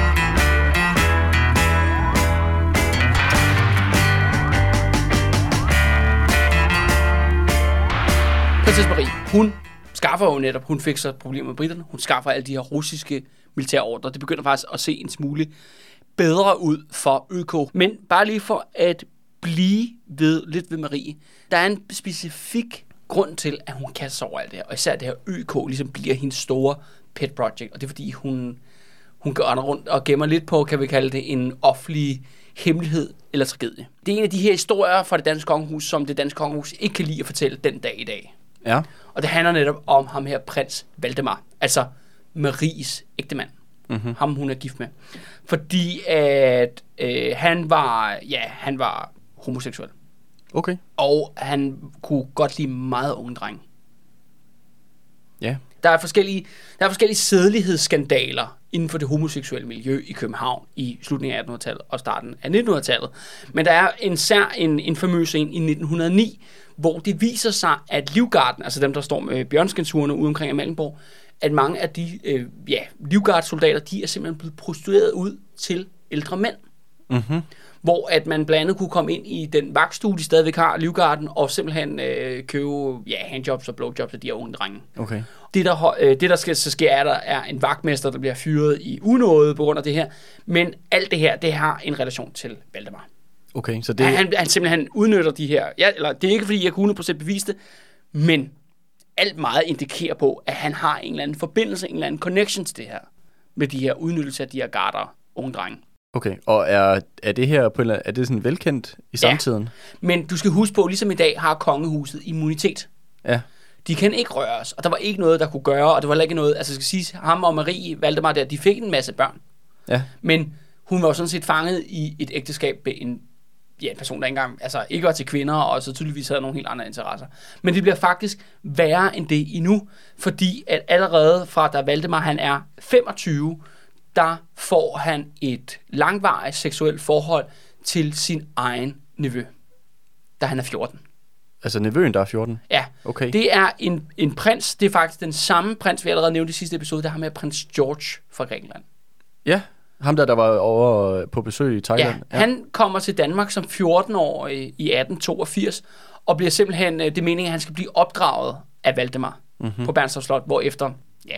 Prinsesse Marie, hun skaffer jo netop, hun fik så problemer med britterne, hun skaffer alle de her russiske militære ordre. Det begynder faktisk at se en smule bedre ud for Ø K. Men bare lige for at blive ved lidt ved Marie, der er en specifik grund til, at hun kaster sig over alt det her, og især det her Ø K ligesom bliver hendes store pet project, og det er fordi, hun, hun går rundt og gemmer lidt på, kan vi kalde det, en offentlig hemmelighed eller tragedie. Det er en af de her historier fra det danske kongehus, som det danske kongehus ikke kan lide at fortælle den dag i dag. Ja. Og det handler netop om ham her, prins Valdemar, altså Maries ægtemand. Mm-hmm. Ham, hun er gift med. Fordi at øh, han var, ja, han var homoseksuel. Okay. Og han kunne godt lide meget unge drenge. Ja. Der er forskellige, der er forskellige sædelighedsskandaler inden for det homoseksuelle miljø i København i slutningen af attenhundredetallet og starten af nittenhundredetallet. Men der er en sær, en, en famøs en i nitten hundrede og ni, hvor det viser sig, at Livgarden, altså dem, der står med bjørnskindsurene ude omkring Amalienborg, at mange af de øh, ja, Livgardssoldater, de er simpelthen blevet prostitueret ud til ældre mænd. Mhm. Hvor at man blandt andet kunne komme ind i den vagtstue, de stadigvæk har, Livgarden, og simpelthen øh, købe ja, handjobs og blowjobs af de her unge drenge. Okay. Det, der, øh, det, der skal, så sker, er, der er en vagtmester, der bliver fyret i unåde på grund af det her. Men alt det her, det har en relation til Valdemar. Okay, så det... Han, han simpelthen udnytter de her... Ja, eller det er ikke, fordi jeg kan hundrede procent bevise det, men alt meget indikerer på, at han har en eller anden forbindelse, en eller anden connection til det her, med de her udnyttelser af de her garder, unge drenge. Okay, og er, er det her på en eller anden, er det sådan velkendt i samtiden? Ja, men du skal huske på, ligesom i dag har kongehuset immunitet. Ja. De kan ikke røres, og der var ikke noget, der kunne gøre, og det var ikke noget, altså jeg skal sige, ham og Marie Valdemar der, de fik en masse børn. Ja. Men hun var jo sådan set fanget i et ægteskab med en ja, en person, der ikke engang altså, ikke var til kvinder, og så tydeligvis havde nogle helt andre interesser. Men det bliver faktisk værre end det endnu, fordi at allerede fra da Valdemar han er femogtyve, der får han et langvarigt seksuelt forhold til sin egen nevø, da han er fjorten. Altså nevøen, der er fjorten? Ja, okay. Det er en, en prins, det er faktisk den samme prins, vi allerede nævnte i sidste episode, der har med prins George fra Grækenland. Ja, ham der, der var over på besøg i Thailand. Ja, ja. Han kommer til Danmark som fjorten-årig i atten toogfirs, og bliver simpelthen, det meningen, at han skal blive opdraget af Valdemar mm-hmm. på Bernstorff Slot, hvorefter, ja,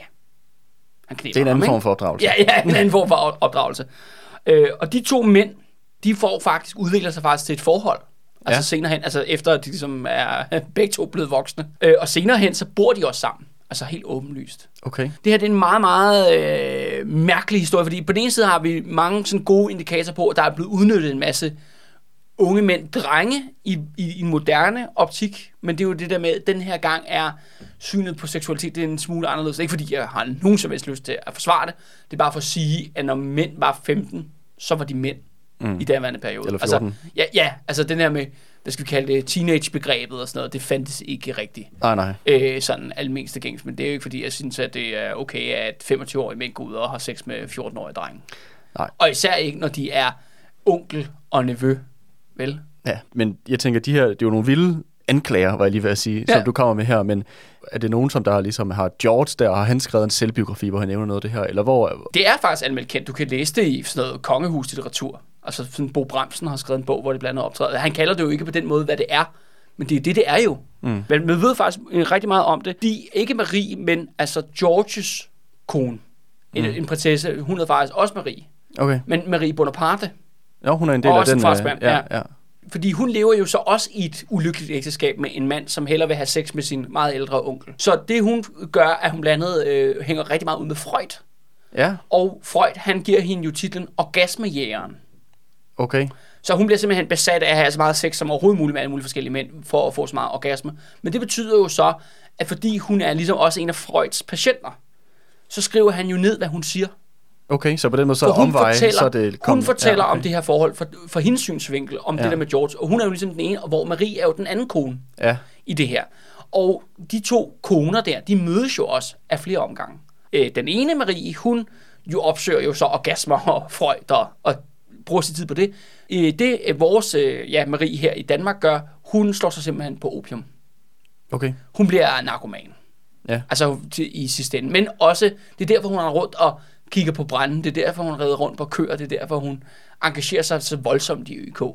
han kniber det er en anden ham, form for opdragelse. Ja, ja, en anden form for opdragelse. Øh, og de to mænd, de får faktisk, udvikler sig faktisk til et forhold. Altså ja. senere hen, altså efter at de ligesom er begge to blevet voksne. Øh, og senere hen, så bor de også sammen. Altså helt åbenlyst. Okay. Det her det er en meget, meget øh, mærkelig historie, fordi på den ene side har vi mange sådan gode indikatorer på, at der er blevet udnyttet en masse unge mænd, drenge i, i, i moderne optik. Men det er jo det der med, at den her gang er synet på seksualitet, det er en smule anderledes. Ikke fordi jeg har nogen som helst lyst til at forsvare det. Det er bare for at sige, at når mænd var femten, så var de mænd. Mm. I derværende periode. Eller fjorten. Altså, ja, ja, altså den her med, hvad skal vi kalde det, teenage-begrebet og sådan noget, det fandtes ikke rigtigt. Nej, nej. Øh, sådan almindeligste gængs, men det er jo ikke fordi, jeg synes, at det er okay, at femogtyve-årige mænd går ud og har sex med fjorten-årige drenge. Nej. Og især ikke, når de er onkel og nevø, vel? Ja, men jeg tænker, de her, det er jo nogle vilde anklager, var jeg lige ved at sige, ja. som du kommer med her, men er det nogen, som der ligesom har George der, har han skrevet en selvbiografi, hvor han nævner noget af det her, eller hvor? Det er faktisk anmeldt kendt. Du kan læse det i sådan noget kongehuslitteratur. Altså sådan Bo Bramsen har skrevet en bog, hvor det blandt andet optræder. Han kalder det jo ikke på den måde, hvad det er, men det er det, det er jo. Mm. Men man ved faktisk rigtig meget om det. De ikke Marie, men altså Georges kone, mm. en, en prinsesse, hun hedder faktisk også Marie. Okay. Men Marie Bonaparte. Ja, hun er en del af den. Franskmand, ja, ja. Fordi hun lever jo så også i et ulykkeligt ægteskab med en mand, som hellere vil have sex med sin meget ældre onkel. Så det hun gør, at hun blandt andet øh, hænger rigtig meget ud med Freud. Ja. Og Freud, han giver hende jo titlen orgasmejægeren. Okay. Så hun bliver simpelthen besat af at have så meget sex som overhovedet muligt med alle mulige forskellige mænd, for at få så meget orgasme. Men det betyder jo så, at fordi hun er ligesom også en af Freuds patienter, så skriver han jo ned, hvad hun siger. Okay, så på den måde så omveje, så er det kom... Hun fortæller ja, okay. om det her forhold for, for hendes synsvinkel, om ja. det der med George. Og hun er jo ligesom den ene, og hvor Marie er jo den anden kone ja. i det her. Og de to koner der, de mødes jo også af flere omgange. Øh, den ene Marie, hun jo opsøger jo så orgasmer og Freud og, og bruger sin tid på det. Øh, det vores ja, Marie her i Danmark gør, hun slår sig simpelthen på opium. Okay. Hun bliver narkoman. Ja. Altså til, i sidste ende. Men også, det er derfor, hun er rundt og kigger på branden. Det er derfor, hun redder rundt på køer. Det er derfor, hun engagerer sig så voldsomt i Ø K.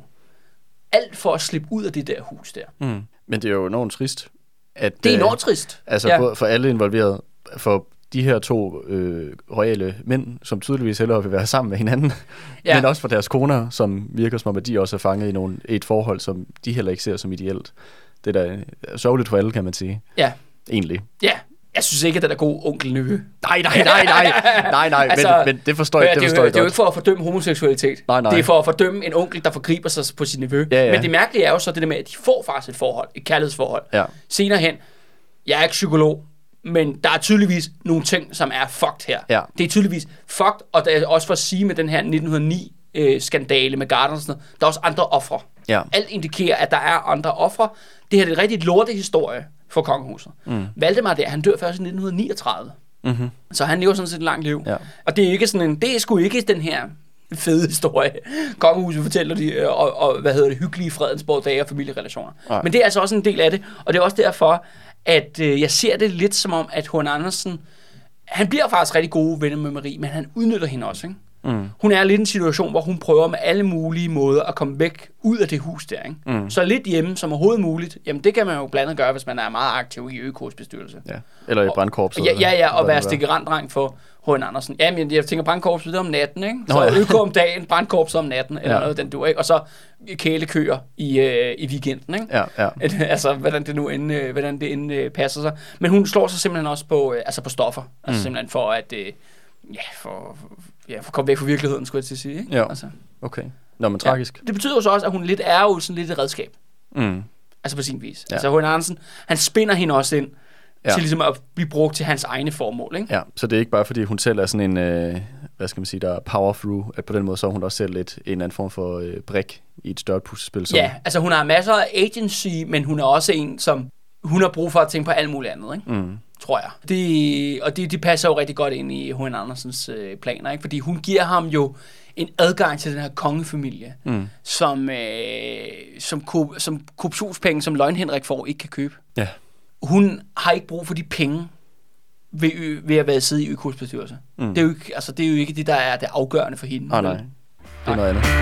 Alt for at slippe ud af det der hus der. Mm. Men det er jo enormt trist. At, det er enormt trist. Altså ja. for, for alle involverede. For de her to øh, royale mænd, som tydeligvis hellere vil være sammen med hinanden. Ja. Men også for deres koner, som virker som om, at de også er fanget i nogle, et forhold, som de heller ikke ser som ideelt. Det er da sørgeligt for alle, kan man sige. Ja. Egentlig. Ja. Jeg synes ikke, at det er god onkel Nøve. Nej, nej, nej, nej, nej, nej, altså, men, men det forstår jeg, det forstår det, jeg det er jo ikke for at fordømme homoseksualitet. Nej, nej. Det er for at fordømme en onkel, der forgriber sig på sin nevø. Ja, ja. Men det mærkelige er jo så det der med, at de får faktisk et forhold, et kærlighedsforhold. Ja. Senere hen, jeg er ikke psykolog, men der er tydeligvis nogle ting, som er fucked her. Ja. Det er tydeligvis fucked, og det er også for at sige med den her nitten hundrede og ni-skandale med Gardner og sådan noget, der er også andre ofre. Ja. Alt indikerer, at der er andre ofre. Det her er en rigtig lortehistorie for kongehuset. Mm. Valdemar der, han dør først i nitten niogtredive. Mm-hmm. Så han lever sådan set et langt liv. Ja. Og det er ikke sådan en, det er sgu ikke den her fede historie. Kongehuset fortæller de, og, og hvad hedder det, hyggelige Fredensborg dage og familierelationer. Nej. Men det er altså også en del af det, og det er også derfor, at øh, jeg ser det lidt som om, at H N. Andersen, han bliver faktisk rigtig gode venner med Marie, men han udnytter hende også, ikke? Mm. Hun er lidt i en situation, hvor hun prøver med alle mulige måder at komme væk ud af det hus der, ikke? Mm. Så lidt hjemme som overhovedet muligt. Jamen det kan man jo blandt andet gøre, hvis man er meget aktiv i Ø K's bestyrelse. Ja. Eller i brandkorpset. Ja, ja, ja, og være stikkeranddreng for H N. Andersen. Jamen jeg tænker brandkorpset, det om natten, ikke? Så Ø K om dagen, brandkorpset om natten, eller ja. noget den du, ikke? Og så kælekøer i, øh, i weekenden, ikke? Ja, ja. Altså hvordan det nu end, øh, hvordan det end øh, passer sig. Men hun slår sig simpelthen også på, øh, altså på stoffer. Altså mm. simpelthen for at, øh, ja, for... Ja, for at komme væk fra virkeligheden, skulle jeg til at sige, ikke? Ja, altså. Okay. Nå, men tragisk. Ja. Det betyder jo så også, at hun lidt er jo sådan lidt et redskab. Mm. Altså på sin vis. Ja. Altså H N. Andersen, han spinder hende også ind, ja. til ligesom at blive brugt til hans egne formål, ikke? Ja, så det er ikke bare, fordi hun selv er sådan en, øh, hvad skal man sige, der er power through, at på den måde så er hun også selv lidt en eller anden form for øh, brik i et større puslespil. Som... Ja, altså hun har masser af agency, men hun er også en, som hun har brug for at tænke på alt muligt andet, ikke? Mm. Tror jeg. Det, og det, de passer jo rigtig godt ind i H N. Andersens øh, planer, ikke? Fordi hun giver ham jo en adgang til den her kongefamilie, mm. som, øh, som, ko- som korruptionspenge, som Løgn Henrik får, ikke kan købe. Ja. Hun har ikke brug for de penge ved, ø- ved at være sidde i Ø K's bestyrelse. Mm. Det, er jo ikke, altså, det er jo ikke det, der er det afgørende for hende. Ah, nej, det er noget andet.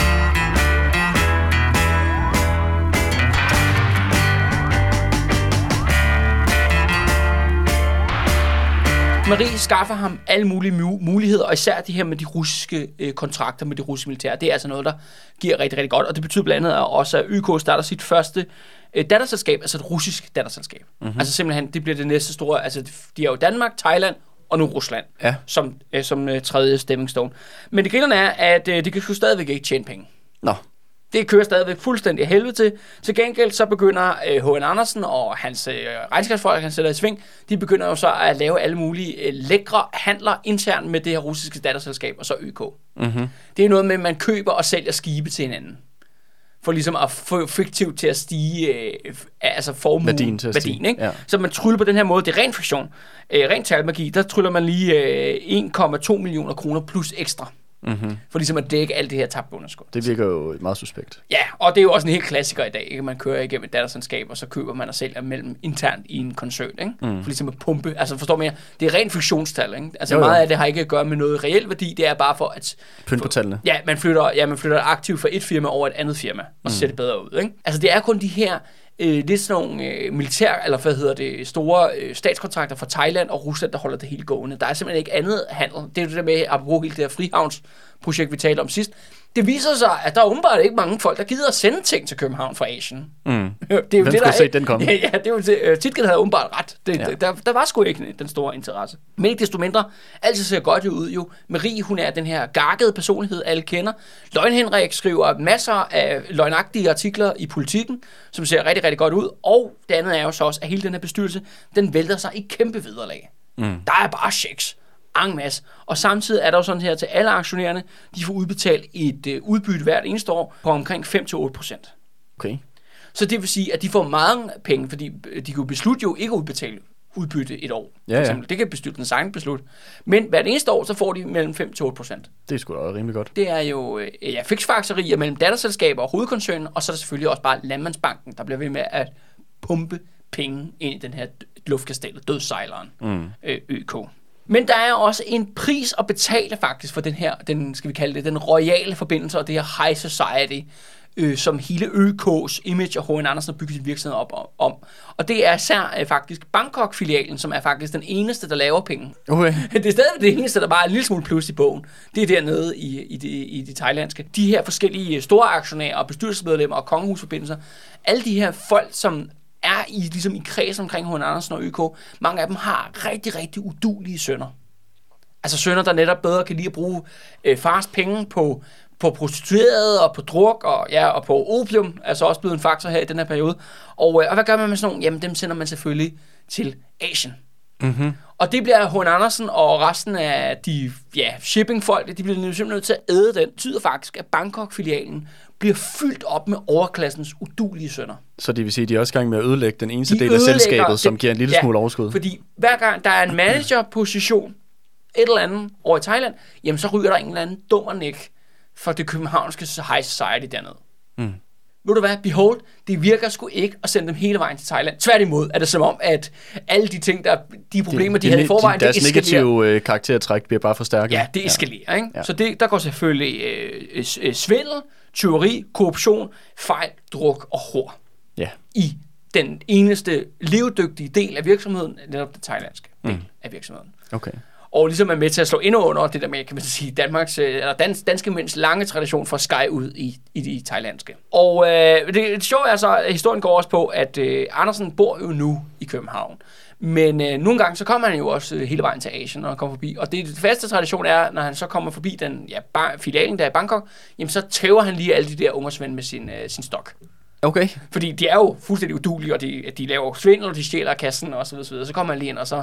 Marie skaffer ham alle mulige mu- muligheder, og især de her med de russiske øh, kontrakter med det russiske militær. Det er altså noget, der giver rigtig, rigtig godt, og det betyder blandt andet også, at Ø K starter sit første øh, datterselskab, altså et russisk datterselskab. Mm-hmm. Altså simpelthen, det bliver det næste store, altså de er jo Danmark, Thailand og nu Rusland, ja. som, øh, som øh, tredje stemmingstone. Men det gælder er, at øh, de kan jo stadigvæk ikke tjene penge. Nå. Det kører stadigvæk fuldstændig af helvede til. Til gengæld så begynder øh, H N. Andersen og hans øh, regnskabsfolk, han sætter i sving, de begynder jo så at lave alle mulige øh, lækre handler internt med det her russiske datterselskab, og så Ø K. Mm-hmm. Det er noget med, at man køber og sælger skibe til hinanden. For ligesom at få fiktivt til at stige, øh, altså formuen, værdien til at værdien, stige. Ikke? Ja. Så man tryller på den her måde, det er ren fiktion, øh, ren talmagi, der tryller man lige øh, en komma to millioner kroner plus ekstra. Mm-hmm. For ligesom at dække alt det her tabt underskud. Det virker jo meget suspekt. Ja, og det er jo også en helt klassiker i dag, ikke? Man kører igennem et datterselskab, og så køber man og sælger mellem internt i en koncern, ikke? Mm. For ligesom at pumpe, altså forstår man, det er rent fiktionstal, ikke? Altså jo, jo. Meget af det har ikke at gøre med noget reelt værdi, det er bare for at... Pynt på tallene. Ja, man flytter, ja, man flytter aktivt fra et firma over et andet firma, og så mm. ser det bedre ud, ikke? Altså det er kun de her øh, lidt sådan nogle øh, militær, eller hvad hedder det, store øh, statskontrakter fra Thailand og Rusland, der holder det hele gående. Der er simpelthen ikke andet handel. Det er jo det der med, at bruge hele det her frihavnsprojekt, vi talte om sidst. Det viser sig, at der er åbenbart ikke mange folk, der gider at sende ting til København fra Asien. Mm. Det er jo Hvem det, der skulle se den komme? Ja, ja, det er jo det. Titgen havde åbenbart ret. Det, ja. der, der var sgu ikke den store interesse. Men ikke desto mindre, altid ser godt ud jo. Marie, hun er den her gakkede personlighed, alle kender. Løgn Henrik skriver masser af løgnagtige artikler i Politikken, som ser rigtig, rigtig godt ud. Og det andet er jo så også, at hele den her bestyrelse, den vælter sig i kæmpe vederlag. Mm. Der er bare checks. En masse. Og samtidig er der jo sådan her til alle aktionærerne, de får udbetalt et øh, udbytte hvert eneste år på omkring fem til otte procent. Okay. Så det vil sige, at de får mange penge, fordi de kan jo beslutte jo ikke at udbetale udbytte et år. Ja, ja. Det kan bestyrelsens egen beslut. Men hvert eneste år, så får de mellem fem til otte procent. Det er sgu da rimelig godt. Det er jo øh, ja, fiksfakserier mellem datterselskaber og hovedkoncernen, og så er der selvfølgelig også bare Landmandsbanken, der bliver ved med at pumpe penge ind i den her luftkastel, dødssejleren, mm. øh, Ø K. Men der er også en pris at betale faktisk for den her, den skal vi kalde det, den royale forbindelse og det her high society, øh, som hele Ø K's image og H N. Andersen har bygget sin virksomhed op om. Og det er især øh, faktisk Bangkok-filialen, som er faktisk den eneste, der laver penge. Okay. Det er stadig det eneste, der bare er en lille smule plus i bogen. Det er dernede i, i, det, i det thailandske. De her forskellige store aktionærer og bestyrelsesmedlemmer og kongehusforbindelser, alle de her folk, som er i, ligesom i kredsen omkring H N. Andersen og Ø K, mange af dem har rigtig, rigtig udulige sønner. Altså sønner, der netop bedre kan lide at bruge øh, fars penge på, på prostituerede og på druk og, ja, og på opium, altså også blevet en faktor her i den her periode. Og, øh, og hvad gør man med sådan nogle? Jamen dem sender man selvfølgelig til Asien. Mm-hmm. Og det bliver H N. Andersen og resten af de ja, shippingfolk, de bliver simpelthen nødt til at æde den. Det betyder faktisk, at Bangkok-filialen bliver fyldt op med overklassens udulige sønner. Så det vil sige, at de er også i gang med at ødelægge den eneste de del af selskabet, det, som giver en lille ja, smule overskud. Fordi hver gang der er en managerposition, et eller andet over i Thailand, jamen så ryger der en eller anden dummer næk for det københavnske high society dernede. Mm. Ved du hvad? Behold, det virker sgu ikke at sende dem hele vejen til Thailand. Tværtimod er det som om, at alle de ting, der, de problemer, de, de havde i forvejen, de, deres det eskalerer. Deres negative karaktertræk bliver bare forstærket. Ja, det eskalerer, ikke? Ja. Så det, der går selvfølgelig øh, øh, svindel, tyveri, korruption, fejl, druk og hår. Ja. I den eneste levedygtige del af virksomheden, netop det thailandske del mm. af virksomheden. Okay. Og ligesom er med til at slå endnu under det der med, kan man sige, Danmarks, eller dans, danske mænds lange tradition for at sky ud i, i det thailandske. Og øh, det, det sjove er så, at historien går også på, at øh, Andersen bor jo nu i København. Men øh, nogle gange, så kommer han jo også øh, hele vejen til Asien, når han kommer forbi. Og det, det faste tradition er, når han så kommer forbi den ja, bar, filialen der i Bangkok, jamen så tæver han lige alle de der ungersvend med sin, øh, sin stok. Okay. Fordi de er jo fuldstændig udulige, og de, de laver svindel, og de stjæler kassen og så videre, så videre. Så kommer han lige ind, og så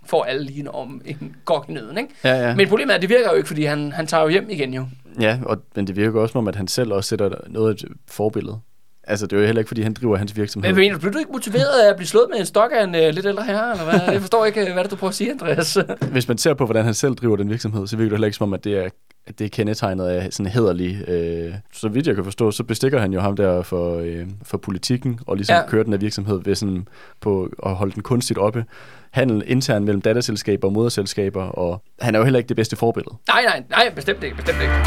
får alle lige om en gok i nøden, ikke? Ja, ja. Men problemet er, at det virker jo ikke, fordi han, han tager jo hjem igen jo. Ja, og, men det virker også som om, at han selv også sætter noget af et forbillede. Altså, det er jo heller ikke, fordi han driver hans virksomhed. Men mener, bliver du ikke motiveret af at blive slået med en stok af en uh, lidt ældre herre, eller hvad? Jeg forstår ikke, hvad det du prøver at sige, Andreas. Hvis man ser på, hvordan han selv driver den virksomhed, så virker det heller ikke som om, at det er, at det er kendetegnet af sådan hæderlig. Øh, så vidt jeg kan forstå, så bestikker han jo ham der for, øh, for politikken, og ligesom ja. kører den af virksomhed ved sådan på at holde den kunstigt oppe. Handel internt mellem datterselskaber og moderselskaber, og han er jo heller ikke det bedste forbillede. Nej, nej, nej, bestemt ikke, bestemt ikke.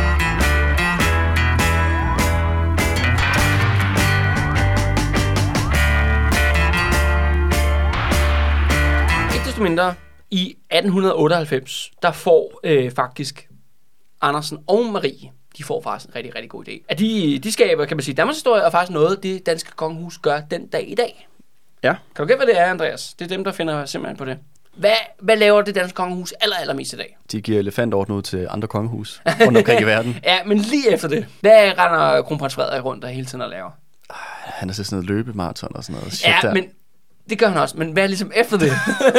Mindre, i atten otteoghalvfems, der får øh, faktisk Andersen og Marie, de får faktisk en rigtig, rigtig god idé. At de, de skaber, kan man sige, Danmarks historie, og faktisk noget, det danske kongehus gør den dag i dag. Ja. Kan du gætte, hvad det er, Andreas? Det er dem, der finder simpelthen på det. Hvad, hvad laver det danske kongehus aller, allermest i dag? De giver elefantorden ud til andre kongehus rundt omkring i verden. Ja, men lige efter det, der render kronprins Frederik rundt der hele tiden og laver. Han er så sådan noget løbemaraton og sådan noget. Shit, ja, der. men det gør han også, men hvad er ligesom efter det?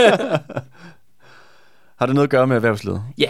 Har det noget at gøre med erhvervslivet? Ja.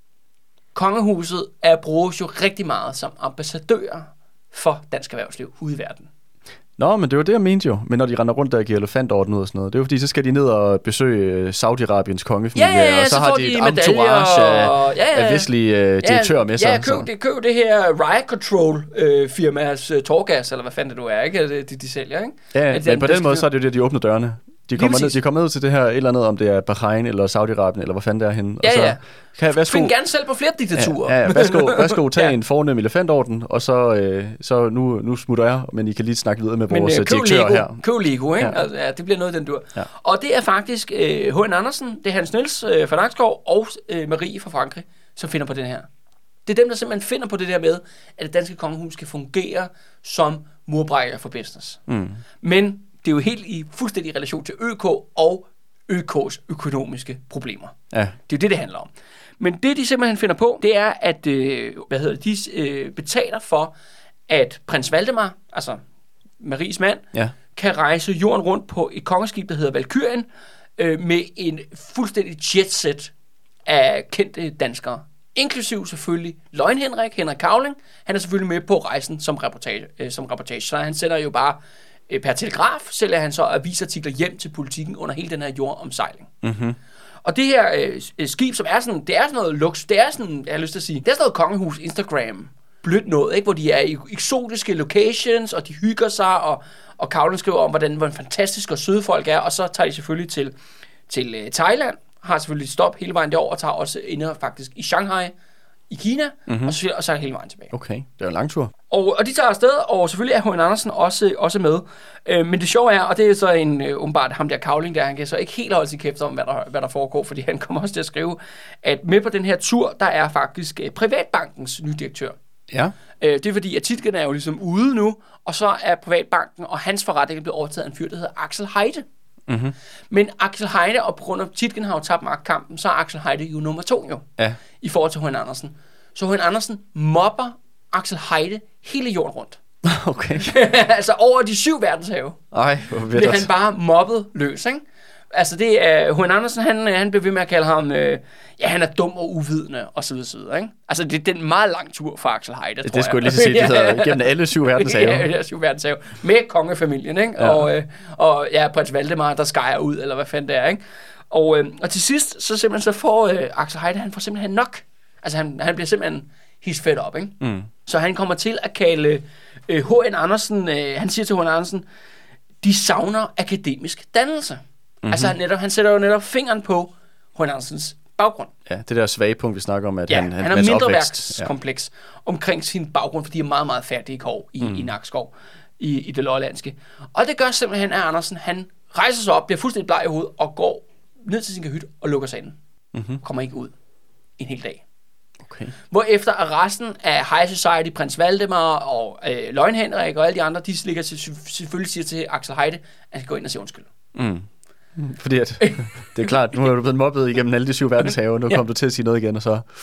Kongehuset er bruges jo rigtig meget som ambassadører for dansk erhvervsliv ude i verden. Nå, men det var det, jeg mente jo. Men når de render rundt der og giver elefantorden ud og sådan noget, det er jo fordi, så skal de ned og besøge Saudi-Arabiens kongefamilie, ja, ja, ja, og så, så har de et entourage af, ja, ja. af vestlige uh, direktører ja, med sig. Ja, køb det, køb det her Riot Control øh, firmas uh, Torgas, eller hvad fanden det nu er, ikke? De, de sælger, ikke? Ja, men den, på den måde, så er det jo det, de åbner dørene. De kommer, ned, de kommer ned til det her et eller andet, om det er Bahrain eller Saudi-Arabien, eller hvad fanden det er henne. Ja, og så ja. Kan, værsgo, find gerne selv på flere diktaturer. Ja, ja, værsgo, værsgo tag ja. en fornem elefantorden, og så, øh, så nu, nu smutter jeg, men I kan lige snakke videre med men, vores øh, direktør her. Køb Lego, ikke? Ja. Altså, ja, det bliver noget den dur. Ja. Og det er faktisk øh, H N. Andersen, det er Hans Niels øh, fra Nakskov og øh, Marie fra Frankrig, som finder på den her. Det er dem, der simpelthen finder på det der med, at det danske kongehus skal fungere som murbrækker for business. Mm. Men det er jo helt i fuldstændig relation til Ø K og Ø K's økonomiske problemer. Ja. Det er jo det, det handler om. Men det, de simpelthen finder på, det er, at øh, hvad hedder det, de øh, betaler for, at prins Valdemar, altså Maries mand, ja. kan rejse jorden rundt på et kongeskib, der hedder Valkyrien, øh, med en fuldstændig jetset af kendte danskere. Inklusiv selvfølgelig Løgn Henrik, Henrik Cavling. Han er selvfølgelig med på rejsen som reportage. Øh, som reportage. Så han sender jo bare øh, per telegraf, sælger han så avisartikler hjem til politikken under hele den her jordomsejling. Mm-hmm. Og det her øh, skib, som er sådan, det er sådan noget lux, det er sådan, jeg har lyst til at sige, det er sådan noget kongehus Instagram blødt noget, ikke? Hvor de er i eksotiske locations, og de hygger sig, og, og Cavling skriver om, hvordan, hvordan fantastisk og søde folk er, og så tager de selvfølgelig til, til øh, Thailand, har selvfølgelig et stop hele vejen derover, og tager også inde faktisk i Shanghai, i Kina, mm-hmm. og, så, og så er hele vejen tilbage. Okay, det er en lang tur. Og, og de tager afsted, og selvfølgelig er H N. Andersen også, også med. Øh, men det sjove er, og det er så en øh, umiddelbart ham der Cavling, der han kan så ikke helt holde sin kæft om, hvad der, hvad der foregår, fordi han kommer også til at skrive, at med på den her tur, der er faktisk øh, Privatbankens nye direktør. Ja. Øh, det er fordi, at titlen er jo ligesom ude nu, og så er Privatbanken og hans forretning blevet overtaget af en fyr, der hedder Axel Heide. Mm-hmm. Men Axel Heide, og på grund af titlen har jo tabt magtkampen, så er Axel Heide jo nummer to jo, ja. i forhold til H N. Andersen. Så H N. Andersen mobber Axel Heide hele jorden rundt. Okay. Altså over de syv verdenshave. Ej, hvor bliver han bare mobbet løs, ikke? Altså det er, H N. Andersen, han, han blev ved med at kalde ham, øh, ja, han er dum og uvidende, og så videre, så videre, ikke? Altså det er den meget lang tur for Axel Heide, det, tror det skulle jeg lige sige, det hedder gennem alle syv verdenshave. Ja, ja, syv verdenshave. Med kongefamilien, ikke? Ja. Og, øh, og ja, prins Valdemar, der skærer ud, eller hvad fanden det er, ikke? Og, øh, og til sidst, så simpelthen så får øh, Axel Heide, han får simpelthen nok. Altså han, han bliver simpelthen his fed op, ikke? Mm. Så han kommer til at kalde øh, H N. Andersen, øh, han siger til H N. Andersen, de savner akademisk dannelse. Mm-hmm. Altså han, netop, han sætter jo netop fingeren på H N. Andersens baggrund. Ja, det der svage punkt, vi snakker om, at ja, han, han, han har mindreværkskompleks ja. omkring sin baggrund, fordi de er meget, meget færdige kår i, mm. i Nakskov, i, i det lollandske. Og det gør simpelthen, at Andersen, han rejser sig op, bliver fuldstændig bleg i hovedet, og går ned til sin kahyt og lukker sig ind. Mm-hmm. Kommer ikke ud en hel dag. Okay. Hvorefter resten af High Society, prins Valdemar og øh, Løgn Henrik og alle de andre, de ligger til, selvfølgelig siger til Axel Heide, at han skal gå ind og sige undskyld. Mm. Fordi at, det er klart, nu er du blevet mobbet igennem alle de syv verdenshave, nu ja. kommer du til at sige noget igen, og så...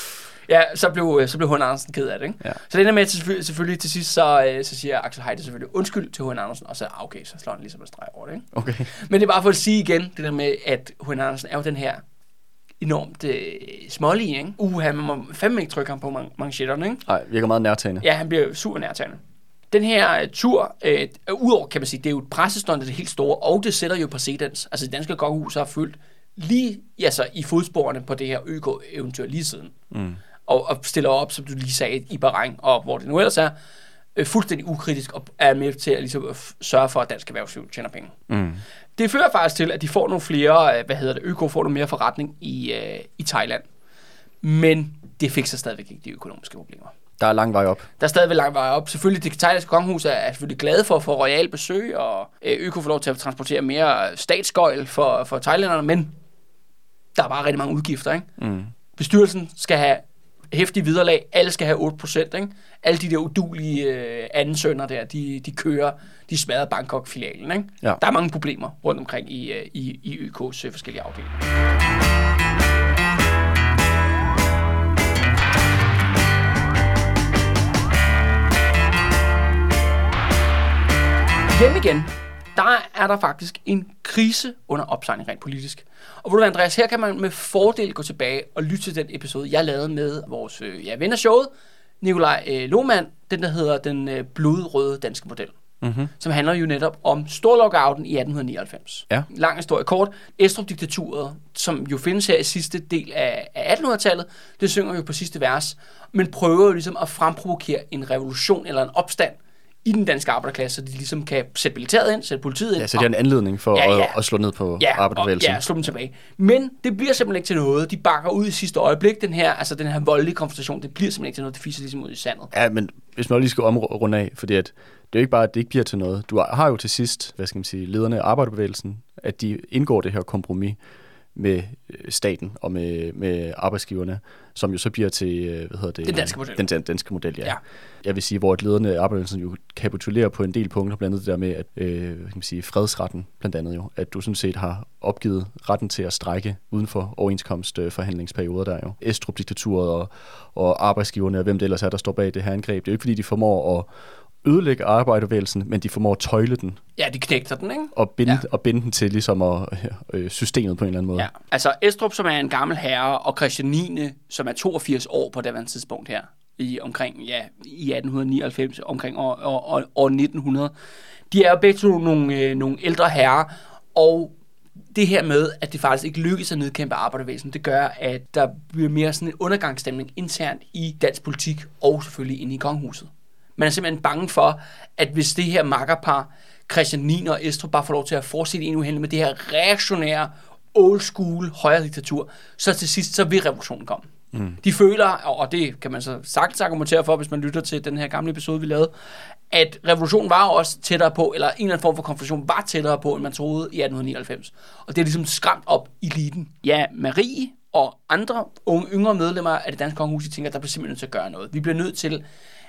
Ja, så blev, så blev H N. Andersen ked af det, ikke? Ja. Så det ender med, at selvfølgelig, selvfølgelig til sidst, så, så siger Axel Heide selvfølgelig undskyld til H N. Andersen, og så okay, så slår han ligesom en streg over det, ikke? Okay. Men det er bare for at sige igen, det der med, at H N. Andersen er jo den her enormt øh, smålige, ikke? Uh, han må fandme ikke trykke ham på man- manchetterne, ikke? Nej, virker meget nærtagende. Ja, han bliver super nærtagende. Den her uh, tur, øh, udover kan man sige, det er jo et pressestunt, det er helt store, og det sætter jo præcedens. Altså, det danske kongehus har følt lige altså, i fodsporene på det her Ø K-eventyr lige siden. Mm. Og, og stiller op, som du lige sagde, i Bahrain, og hvor det nu ellers er, øh, fuldstændig ukritisk, og er med til at ligesom, f- sørge for, at dansk erhvervsliv tjener penge. Mm. Det fører faktisk til, at de får nogle flere, hvad hedder det, Ø K får nogle mere forretning i, øh, i Thailand. Men det fikser stadigvæk ikke de økonomiske problemer. Der er lang vej op. Der er stadigvæk lang vej op. Selvfølgelig, det thailandske kongehus er, er selvfølgelig glade for at få royal besøg, og øh, Ø K får lov til at transportere mere statsgøjl for, for thailænderne, men der er bare rigtig mange udgifter, ikke? Mm. Bestyrelsen skal have hæftige viderlag, alle skal have otte procent, ikke? Alle de der udulige øh, ansøgner der, de, de kører, de smadrer Bangkok-filialen, ikke? Ja. Der er mange problemer rundt omkring i, øh, i, i Ø K's øh, forskellige afdelinger. Hjemme igen, der er der faktisk en krise under opsejling rent politisk. Og ved du hvad, Andreas, her kan man med fordel gå tilbage og lytte til den episode, jeg lavede med vores øh, ja, ven af showet, Nikolaj øh, Lohmann, den der hedder Den øh, blodrøde danske model. Mm-hmm. Som handler jo netop om storlockouten i atten nioghalvfems. Ja. Lang historie kort. Estrup-diktaturet, som jo findes her i sidste del af attenhundredetallet, det synger jo på sidste vers, men prøver jo ligesom at fremprovokere en revolution eller en opstand i den danske arbejderklasse, så de ligesom kan sætte militæret ind, sætte politiet ind. Ja, så det er en anledning for ja, ja. At, at slå ned på ja, arbejderbevægelsen. Og, ja, slå dem tilbage. Men det bliver simpelthen ikke til noget. De bakker ud i sidste øjeblik. Den her, altså den her voldelige konfrontation, det bliver simpelthen ikke til noget. Det fiser ligesom ud i sandet. Ja, men hvis man lige skal omrunde af, fordi at det er jo ikke bare, at det ikke bliver til noget. Du har jo til sidst, hvad skal man sige, lederne af arbejderbevægelsen, at de indgår det her kompromis med staten og med, med arbejdsgiverne, som jo så bliver til, hvad hedder det? Den danske model. Den, den danske model, ja. ja. Jeg vil sige, hvor at lederne af arbejderbevægelsen jo kapitulerer på en del punkter, blandt andet det der med, at øh, hvad kan man sige, fredsretten, blandt andet jo, at du sådan set har opgivet retten til at strejke uden for overenskomstforhandlingsperioder der jo. Estrup-diktaturet og, og arbejdsgiverne og hvem det ellers er, der står bag det her angreb. Det er jo ikke, fordi de formår at ødelægge arbejderbevægelsen, men de formår at tøjle den. Ja, de knægter den, ikke? Og binde, ja. og binde den til ligesom at, øh, systemet på en eller anden måde. Ja, altså Estrup, som er en gammel herre, og Christian niende, som er toogfirs år på det tidspunkt her, i omkring, ja, i atten nioghalvfems, omkring år, år, år nitten hundrede. De er jo begge to nogle, øh, nogle ældre herrer, og det her med, at det faktisk ikke lykkes at nedkæmpe arbejderbevægelsen, det gør, at der bliver mere sådan en undergangsstemning internt i dansk politik, og selvfølgelig inde i kongehuset. Man er simpelthen bange for, at hvis det her makkerpar, Christian niende og Estrup, bare får lov til at fortsætte endnu hen med det her reaktionære, old school, højre diktatur, så til sidst, så vil revolutionen komme. Mm. De føler, og det kan man så sagtens argumentere for, hvis man lytter til den her gamle episode, vi lavede, at revolutionen var også tættere på, eller en eller anden form for konfrontation var tættere på, end man troede i atten nioghalvfems. Og det er ligesom skræmt op i eliten. Ja, Marie og andre unge, yngre medlemmer af det danske kongehus, de tænker, at der bliver simpelthen nødt til at gøre noget. Vi bliver nødt til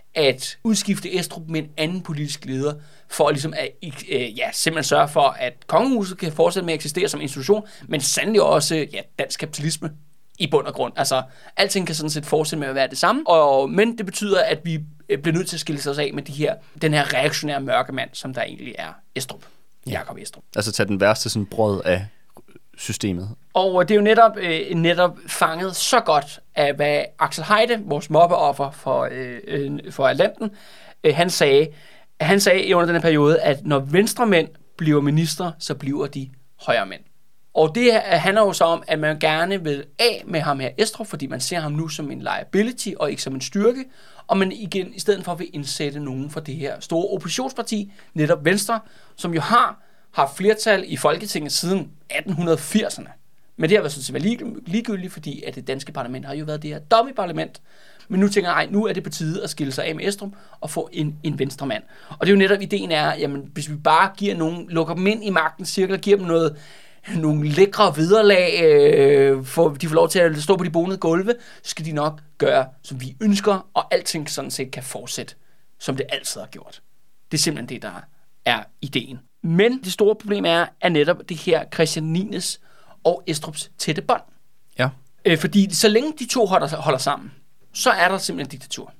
at udskifte Estrup med en anden politisk leder, for ligesom at øh, ja, simpelthen sørge for, at kongehuset kan fortsætte med at eksistere som institution, men sandelig også ja, dansk kapitalisme i bund og grund. Altså, alting kan sådan set fortsætte med at være det samme, og, men det betyder, at vi bliver nødt til at skille os af med de her, den her reaktionære mørkemand, som der egentlig er Estrup. Ja. Jakob Estrup. Altså tage den værste sådan brød af systemet. Og det er jo netop, øh, netop fanget så godt af, hvad Axel Heide, vores mobbeoffer for, øh, for Atlanten, øh, han sagde. Han sagde under den her periode, at når venstremænd bliver ministre, så bliver de højremænd. Og det handler jo så om, at man gerne vil af med ham her Estrup, fordi man ser ham nu som en liability og ikke som en styrke, og man igen i stedet for vil indsætte nogen for det her store oppositionsparti, netop Venstre, som jo har haft flertal i Folketinget siden atten firserne. Men det har været sådan set ligegyldigt, fordi at det danske parlament har jo været det her dummy-parlament. Men nu tænker jeg, nu er det på tide at skille sig af med Estrup og få en, en venstremand. Og det er jo netop ideen er, jamen hvis vi bare giver nogen, lukker dem ind i magtens cirkel, giver dem noget, nogle lækre vederlag, øh, for de får lov til at stå på de bonede gulve, så skal de nok gøre, som vi ønsker, og alting sådan set kan fortsætte, som det altid har gjort. Det er simpelthen det, der er ideen. Men det store problem er, er netop det her Christian niendes og Estrups tætte bånd. Ja. Øh, fordi så længe de to holder, holder sammen, så er der simpelthen diktatur.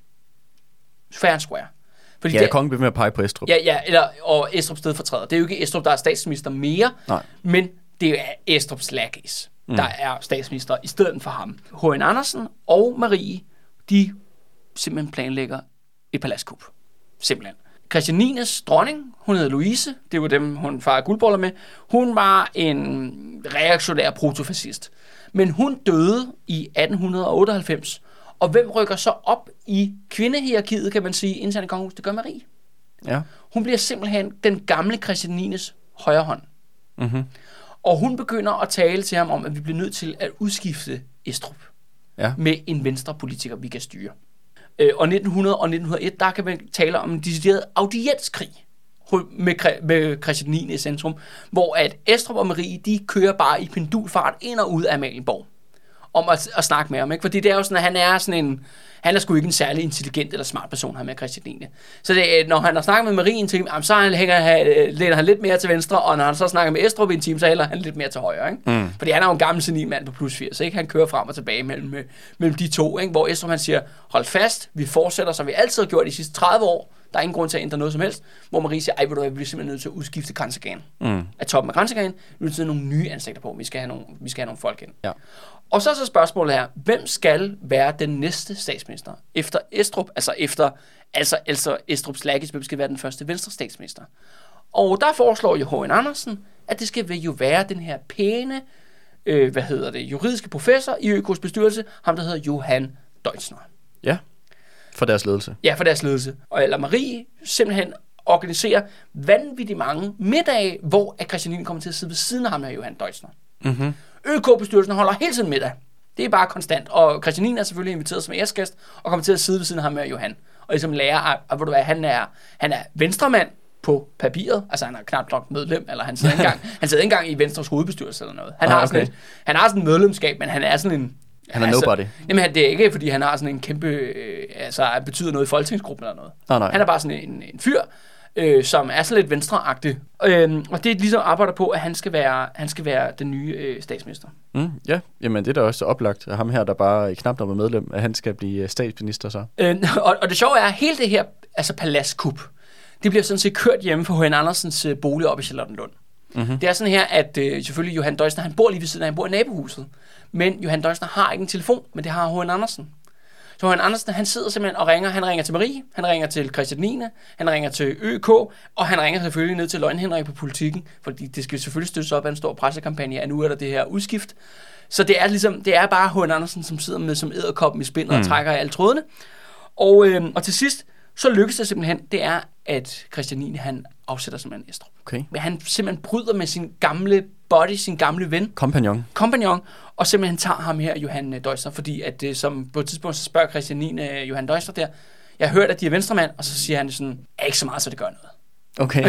Fair and square. Fordi ja, det, kongen bliver med at pege på Estrup. Ja, ja, eller, og Estrup stedfortræder. Det er jo ikke Estrup, der er statsminister mere, Nej. men det er Estrups lackeys, mm. der er statsminister i stedet for ham. H N. Andersen og Marie, de simpelthen planlægger et paladskup. Simpelthen. Christian niendes dronning, hun hedder Louise, det var dem, hun farede guldboller med. Hun var en reaktionær protofascist. Men hun døde i atten otteoghalvfems. Og hvem rykker så op i kvindehierarkiet, kan man sige, internt i kongehuset? Det gør Marie. Ja. Hun bliver simpelthen den gamle Christian niendes højre hånd. Mm-hmm. Og hun begynder at tale til ham om, at vi bliver nødt til at udskifte Estrup ja. med en venstre politiker, vi kan styre. Og nitten hundrede og nitten hundrede og et, der kan man tale om en decideret audienskrig med, med Christian niende i centrum, hvor at Estrup og Marie, de kører bare i pendulfart ind og ud af Amalienborg om at, at snakke med ham, ikke? Fordi det er jo sådan, at han er sådan en, han er sgu ikke en særlig intelligent eller smart person, ham med Christian niende. Så det, når han har snakket med Marie en time, så han hænger, læner han lidt mere til venstre, og når han så snakker med Estrup en time, så hælder han lidt mere til højre, ikke? Mm. Fordi han er jo en gammel senil mand på plus firs, ikke? Han kører frem og tilbage mellem, mellem de to, ikke? Hvor Estrup han siger, hold fast, vi fortsætter, som vi altid har gjort de sidste tredive år, der er ingen grund til at ændre noget som helst, hvor Marie siger, ej, ved du hvad, vi bliver simpelthen nødt til at udskifte grænsegagen. Mm. Af toppen af grænsegagen, vi er nødt til at have nogle nye ansigter på, vi skal have nogle, vi skal have nogle folk ind. Ja. Og så er så spørgsmålet her, hvem skal være den næste statsminister efter Estrup, altså efter altså, altså Estrups lackeys, hvem skal være den første venstre statsminister? Og der foreslår jo H N. Andersen, at det skal jo være den her pæne, øh, hvad hedder det, juridiske professor i Ø K's bestyrelse, ham der hedder Johan Deutschner. Ja, for deres ledelse. Ja, for deres ledelse. Og eller Marie simpelthen organiserer vanvittigt mange middage, hvor at Christian niende kommer til at sidde ved siden af ham her, Johan Deutschner. Mhm. Ø K-bestyrelsen holder hele tiden middag. Det er bare konstant. Og Christian niende er selvfølgelig inviteret som æresgæst, og kommer til at sidde ved siden af ham med Johan. Og ligesom lærer, at, at, at han, er, han er venstremand på papiret. Altså han er knap nok medlem, eller han sidder ikke engang, han sidder ikke engang i Venstres hovedbestyrelse eller noget. Han, ah, har, okay. sådan et, han har sådan et medlemskab, men han er sådan en... Han er altså, nobody. Jamen det er ikke, fordi han har sådan en kæmpe... Øh, altså han betyder noget i folketingsgruppen eller noget. Ah, nej. Han er bare sådan en, en fyr, øh, som er så lidt venstreagtig. Øh, og det er ligesom arbejder på, at han skal være, han skal være den nye øh, statsminister. Mm, ja, jamen det er da også oplagt. Ham her, der bare knap nok er medlem, at han skal blive statsminister så. Øh, og, og det sjove er, at hele det her altså paladskup, det bliver sådan set kørt hjemme for H N. Andersens øh, bolig oppe i Charlottenlund. Mm-hmm. Det er sådan her, at øh, selvfølgelig Johan Deutschner, han bor lige ved siden af, han bor i nabohuset. Men Johan Deutschner har ikke en telefon, men det har H N. Andersen. Så H N. Andersen, han sidder simpelthen og ringer. Han ringer til Marie, han ringer til Christian niende, han ringer til Ø K, og han ringer selvfølgelig ned til Løgn Henrik på Politikken, fordi det skal selvfølgelig støttes op af en stor pressekampagne, at nu er der det her udskift. Så det er ligesom, det er bare H N. Andersen, som sidder med som edderkoppen i spindet mm. og trækker i alle trådene. Og, øh, og til sidst, så lykkes det simpelthen, det er, at Christian niende, han afsætter simpelthen Estrup. Okay. Men han simpelthen bryder med sin gamle buddy, sin gamle ven. Kompagnon. Kompagnon, og simpelthen tager ham her, Johan Deutschner, fordi at det, som på et tidspunkt, så spørger Christian niende Johan Deutschner der, jeg har hørt, at de er venstremand, og så siger han sådan, er ikke så meget, så det gør noget. Okay.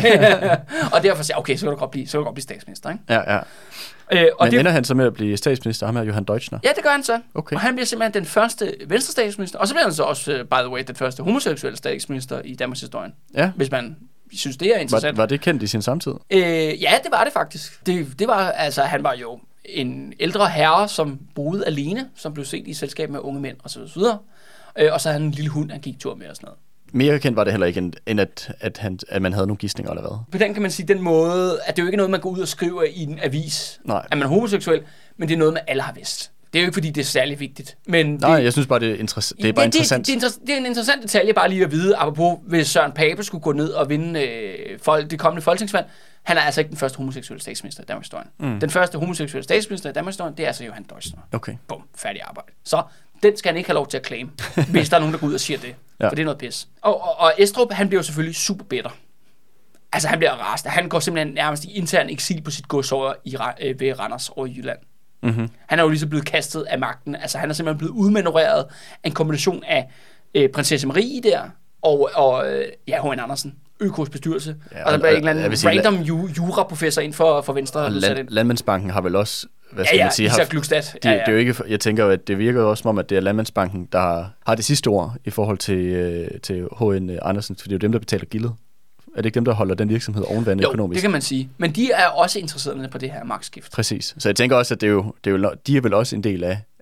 Og derfor siger jeg, okay, så kan du godt blive, så kan du godt blive statsminister, ikke? Ja, ja. Øh, og Men det, ender han så med at blive statsminister, ham her Johan Deutschner? Ja, det gør han så. Okay. Og han bliver simpelthen den første venstre statsminister, og så bliver han så også, uh, by the way, den første homoseksuelle statsminister i Danmarks historie. Ja. Hvis man synes, det er interessant. Var, var det kendt i sin samtid? Øh, ja, det var det faktisk. Det, det var, altså, han var jo en ældre herre, som boede alene, som blev set i selskab med unge mænd og så videre. Øh, og så havde han en lille hund, han gik tur med og sådan noget. Mere kendt var det heller ikke, end at, at, han, at man havde nogle gidsninger eller hvad? På den kan man sige, den måde, at det er jo ikke noget, man går ud og skriver i en avis, Nej. at man er homoseksuel, men det er noget, man alle har vidst. Det er jo ikke, fordi det er særlig vigtigt. Men Nej, det, jeg synes bare, det er, interess- det er bare det, interessant. Det, det, det, det er en interessant detalje bare lige at vide, apropos hvis Søren Pape skulle gå ned og vinde øh, folk, det kommende folketingsvalg. Han er altså ikke den første homoseksuelle statsminister i Danmarks historie. Mm. Den første homoseksuelle statsminister i Danmarks historie, det er altså Johan Deutschner. Okay. Bum, færdig arbejde. Så den skal han ikke have lov til at claim, hvis der er nogen, der går ud og siger det. Ja. For det er noget pis. Og, og, og Estrup, han bliver jo selvfølgelig super bitter. Altså, han bliver rasende. Han går simpelthen nærmest i intern eksil på sit gods over i, øh, ved Randers over i Jylland. Mm-hmm. Han er jo lige så blevet kastet af magten. Altså, han er simpelthen blevet udmanøvreret af en kombination af øh, prinsesse Marie der, og, og øh, ja, H N. Andersen. Ø K's bestyrelse. Ja, og, og der bliver en eller anden random ju- juraprofessor ind for, for Venstre. Og land, Landmandsbanken har vel også, hvad skal ja, ja, man sige, Isak Glückstadt. De, ja, ja. Det er jo ikke, jeg tænker jo, at det virker også som om, at det er Landmandsbanken, der har, har det sidste ord i forhold til, øh, til H N. Andersen, for det er jo dem, der betaler gildet. Er det ikke dem, der holder den virksomhed ovenvande økonomisk? Jo, det kan man sige. Men de er også interesserede på det her magtskift. Præcis. Så jeg tænker også, at det er jo, det er jo, de er vel også en del af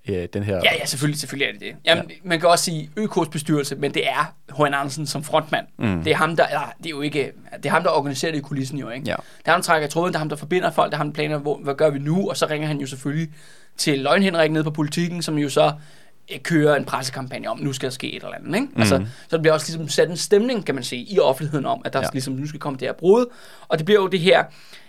øh, den her... Ja, ja, selvfølgelig, selvfølgelig er det det. Jamen, ja. Man kan også sige Ø K's bestyrelse, men det er H N. Andersen som frontmand. Mm. Det er ham, der, eller, det er jo ikke, det er ham, der organiserer det i kulissen jo, ikke? Ja. Det er ham, der trækker tråden, det er ham, der forbinder folk, det er ham, der planer, hvor, hvad gør vi nu? Og så ringer han jo selvfølgelig til Løgn Henrik nede på Politikken, som jo så kører en pressekampagne om, nu skal der ske et eller andet, ikke? Mm. Altså, så det bliver også ligesom sat en stemning, kan man sige, i offentligheden om, at der ja. ligesom nu skal komme det her brud. Og det bliver jo det her,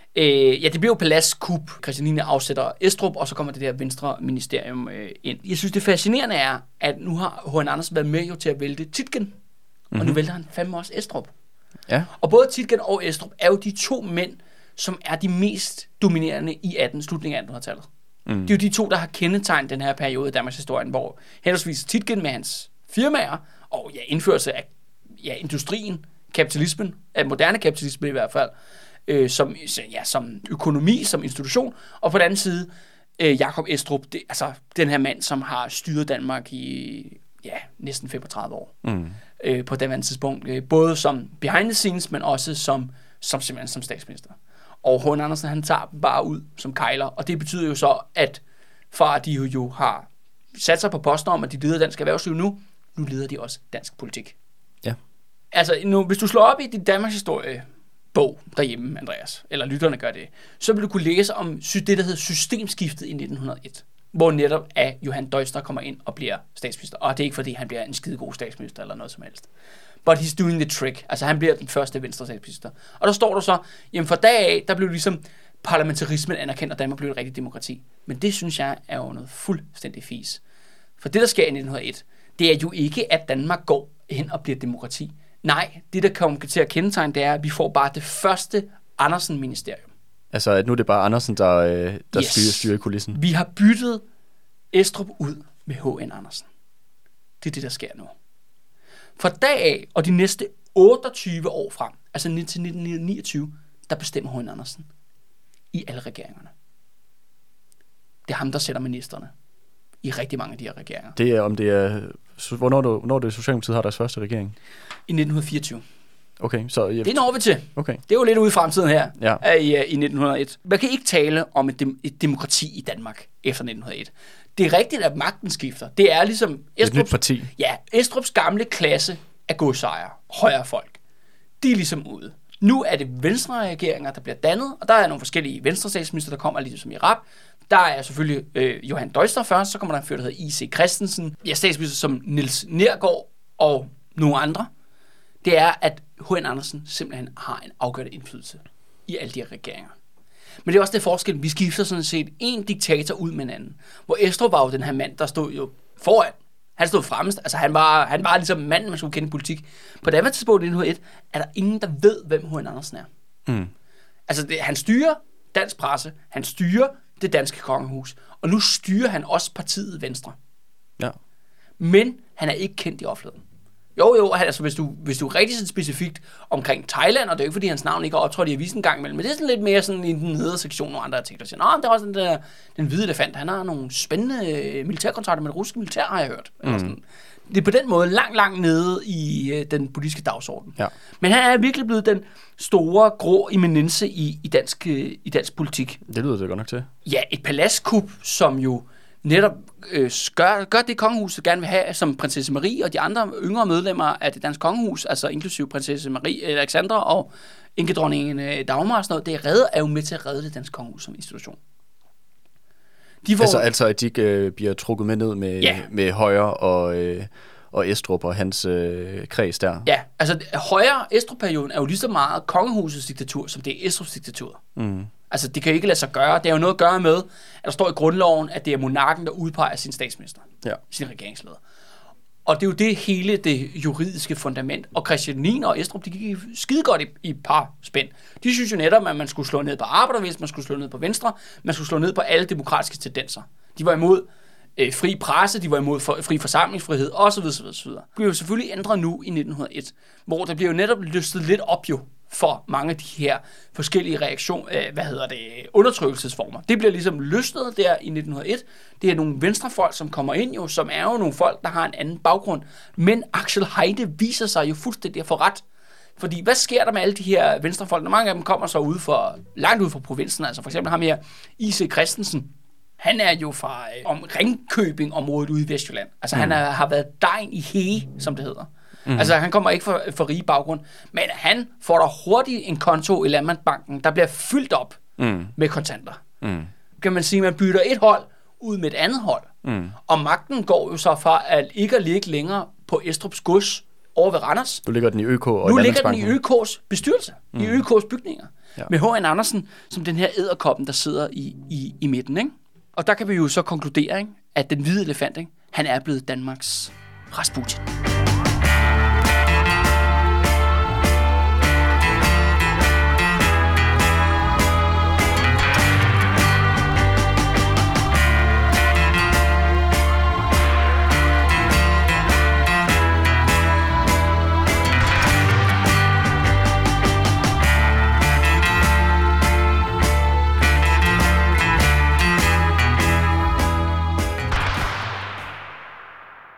øh, ja, det bliver jo paladskup. Christianine afsætter Estrup, og så kommer det der Venstre ministerium øh, ind. Jeg synes, det fascinerende er, at nu har H N. Andersen været med jo til at vælte Tietgen, mm-hmm. og nu vælter han fandme også Estrup. Ja. Og både Tietgen og Estrup er jo de to mænd, som er de mest dominerende i atten, slutningen af attenhundredetallet. Mm. Det er jo de to, der har kendetegnet den her periode i Danmarks historien, hvor henholdsvis Tietgen med hans firmaer, og ja, indførelse af ja, industrien, kapitalismen, af moderne kapitalisme i hvert fald, øh, som, ja, som økonomi, som institution, og på den anden side, øh, Jakob Estrup, det, altså den her mand, som har styret Danmark i ja, næsten femogtredive år, mm. øh, på det tidspunkt, øh, både som behind the scenes, men også som, som simpelthen som statsminister. Og H N. Andersen, han tager dem bare ud som kejler, og det betyder jo så, at fra de jo har sat sig på posten om, at de leder dansk erhvervsliv nu, nu leder de også dansk politik. Ja. Altså, nu, hvis du slår op i din Danmarks historie bog derhjemme, Andreas, eller lytterne gør det, så vil du kunne læse om det, der hedder systemskiftet i nitten hundrede og et, hvor netop at Johan Deuster kommer ind og bliver statsminister. Og det er ikke, fordi han bliver en skidegod statsminister eller noget som helst. But he's doing the trick. Altså, han bliver den første venstre statsminister. Og der står der så, jamen for dag af, der blev ligesom parlamentarismen anerkendt, og Danmark blev et rigtigt demokrati. Men det, synes jeg, er jo noget fuldstændig fis. For det, der sker i nitten hundrede og et, det er jo ikke, at Danmark går hen og bliver demokrati. Nej, det, der kommer til at kendetegne, det er, at vi får bare det første Andersen-ministerium. Altså, at nu er det bare Andersen, der, der yes. styrer, styrer kulissen. Vi har byttet Estrup ud med H N. Andersen. Det er det, der sker nu. Fra dag af, og de næste otteogtyve år frem, altså til nitten niogtyve, der bestemmer H N. Andersen i alle regeringerne. Det er ham, der sætter ministerne i rigtig mange af de her regeringer. Det er, om det er, hvornår, du, hvornår det Socialdemokratiet har deres første regering? I nitten fireogtyve. Okay, så... Jeg... Det når vi til. Okay. Det er jo lidt ude i fremtiden her, ja. i, i nitten hundrede og et. Man kan ikke tale om et, dem, et demokrati i Danmark efter nitten hundrede og et. Det er rigtigt, at magten skifter. Det er ligesom... Estrups, et nyt parti. Ja, Estrups gamle klasse af godsejere, højre folk. De er ligesom ude. Nu er det venstre-regeringer, der bliver dannet, og der er nogle forskellige venstre-statsminister, der kommer ligesom i rap. Der er selvfølgelig øh, Johan Deuster først, så kommer der en fyr, der hedder I C Christensen. Ja, statsminister som Niels Neergaard og nogle andre. Det er, at H N. Andersen simpelthen har en afgørende indflydelse i alle de her regeringer. Men det er også det forskel, vi skifter sådan set en diktator ud med en anden. Hvor Estrup var jo den her mand, der stod jo foran. Han stod fremmest. Altså han var, han var ligesom manden, man skulle kende i politik. På det andet tidspunkt i nitten hundrede og et, er der ingen, der ved, hvem H N. Andersen er. Mm. Altså det, han styrer dansk presse, han styrer det danske kongehus, og nu styrer han også partiet Venstre. Ja. Men han er ikke kendt i offentligheden. Jo, jo, altså hvis du, hvis du er rigtig specifikt omkring Thailand, og det er jo ikke, fordi hans navn ikke har optrådt i avisen en gang imellem, men det er sådan lidt mere sådan i den nedre sektion og andre artikler, der siger, nå, det er også den der, den hvide elefant, han har nogle spændende militærkontrakter med det russiske militær, har jeg hørt. Mm. Sådan. Det er på den måde langt, langt nede i øh, den politiske dagsorden. Ja. Men han er virkelig blevet den store, grå eminence i, i, dansk, øh, i dansk politik. Det lyder det godt nok til. Ja, et paladskup, som jo netop øh, gør, gør det kongehuset gerne vil have, som prinsesse Marie og de andre yngre medlemmer af det danske kongehus, altså inklusive prinsesse Marie Alexandra og enkedronningen Dagmar og sådan noget, det redder, er jo med til at redde det danske kongehus som institution. De får, altså, altså, at de ikke øh, bliver trukket med ned med, ja. med Højre og, øh, og Estrup og hans øh, kreds der. Ja, altså Højre Estrup-perioden er jo lige så meget kongehusets diktatur, som det er Estrups diktatur. Mm. Altså, det kan jo ikke lade sig gøre. Det har jo noget at gøre med, at der står i grundloven, at det er monarken, der udpeger sin statsminister, ja. sin regeringsleder. Og det er jo det hele det juridiske fundament. Og Christianine og Estrup, de gik skide godt i, i par spænd. De synes jo netop, at man skulle slå ned på arbejdervæsen, man skulle slå ned på venstre, man skulle slå ned på alle demokratiske tendenser. De var imod øh, fri presse, de var imod for, fri forsamlingsfrihed, osv. osv., osv. Det bliver jo selvfølgelig ændret nu i nitten hundrede og et, hvor der bliver jo netop løstet lidt op jo for mange af de her forskellige reaktion, øh, hvad hedder det, undertrykkelsesformer. Det bliver ligesom løsnet der i nitten hundrede og et. Det er nogle venstrefolk, som kommer ind jo, som er jo nogle folk, der har en anden baggrund. Men Axel Heide viser sig jo fuldstændig at få ret. Fordi hvad sker der med alle de her venstrefolk? Når mange af dem kommer så ude for, langt ud fra provinsen, altså for eksempel ham her, I C Christensen, Han er jo fra øh, om Ringkøbing-området ude i Vestjylland. Altså mm. han er, har været degn i Hege, som det hedder. Mm. Altså han kommer ikke fra, fra rige baggrund. Men han får der hurtigt en konto i Landmandsbanken, der bliver fyldt op mm. med kontanter. Mm. Kan man sige, man bytter et hold ud med et andet hold. Mm. Og magten går jo så fra at ikke at ligge længere på Estrups gods over ved Randers. Nu ligger den i ØK og Nu ligger den i ØK's bestyrelse, mm. i ØK's bygninger. Ja. Med H N. Andersen som den her edderkoppen, der sidder i, i, i midten. Ikke? Og der kan vi jo så konkludere, ikke? At den hvide elefant, ikke? Han er blevet Danmarks Rasputin.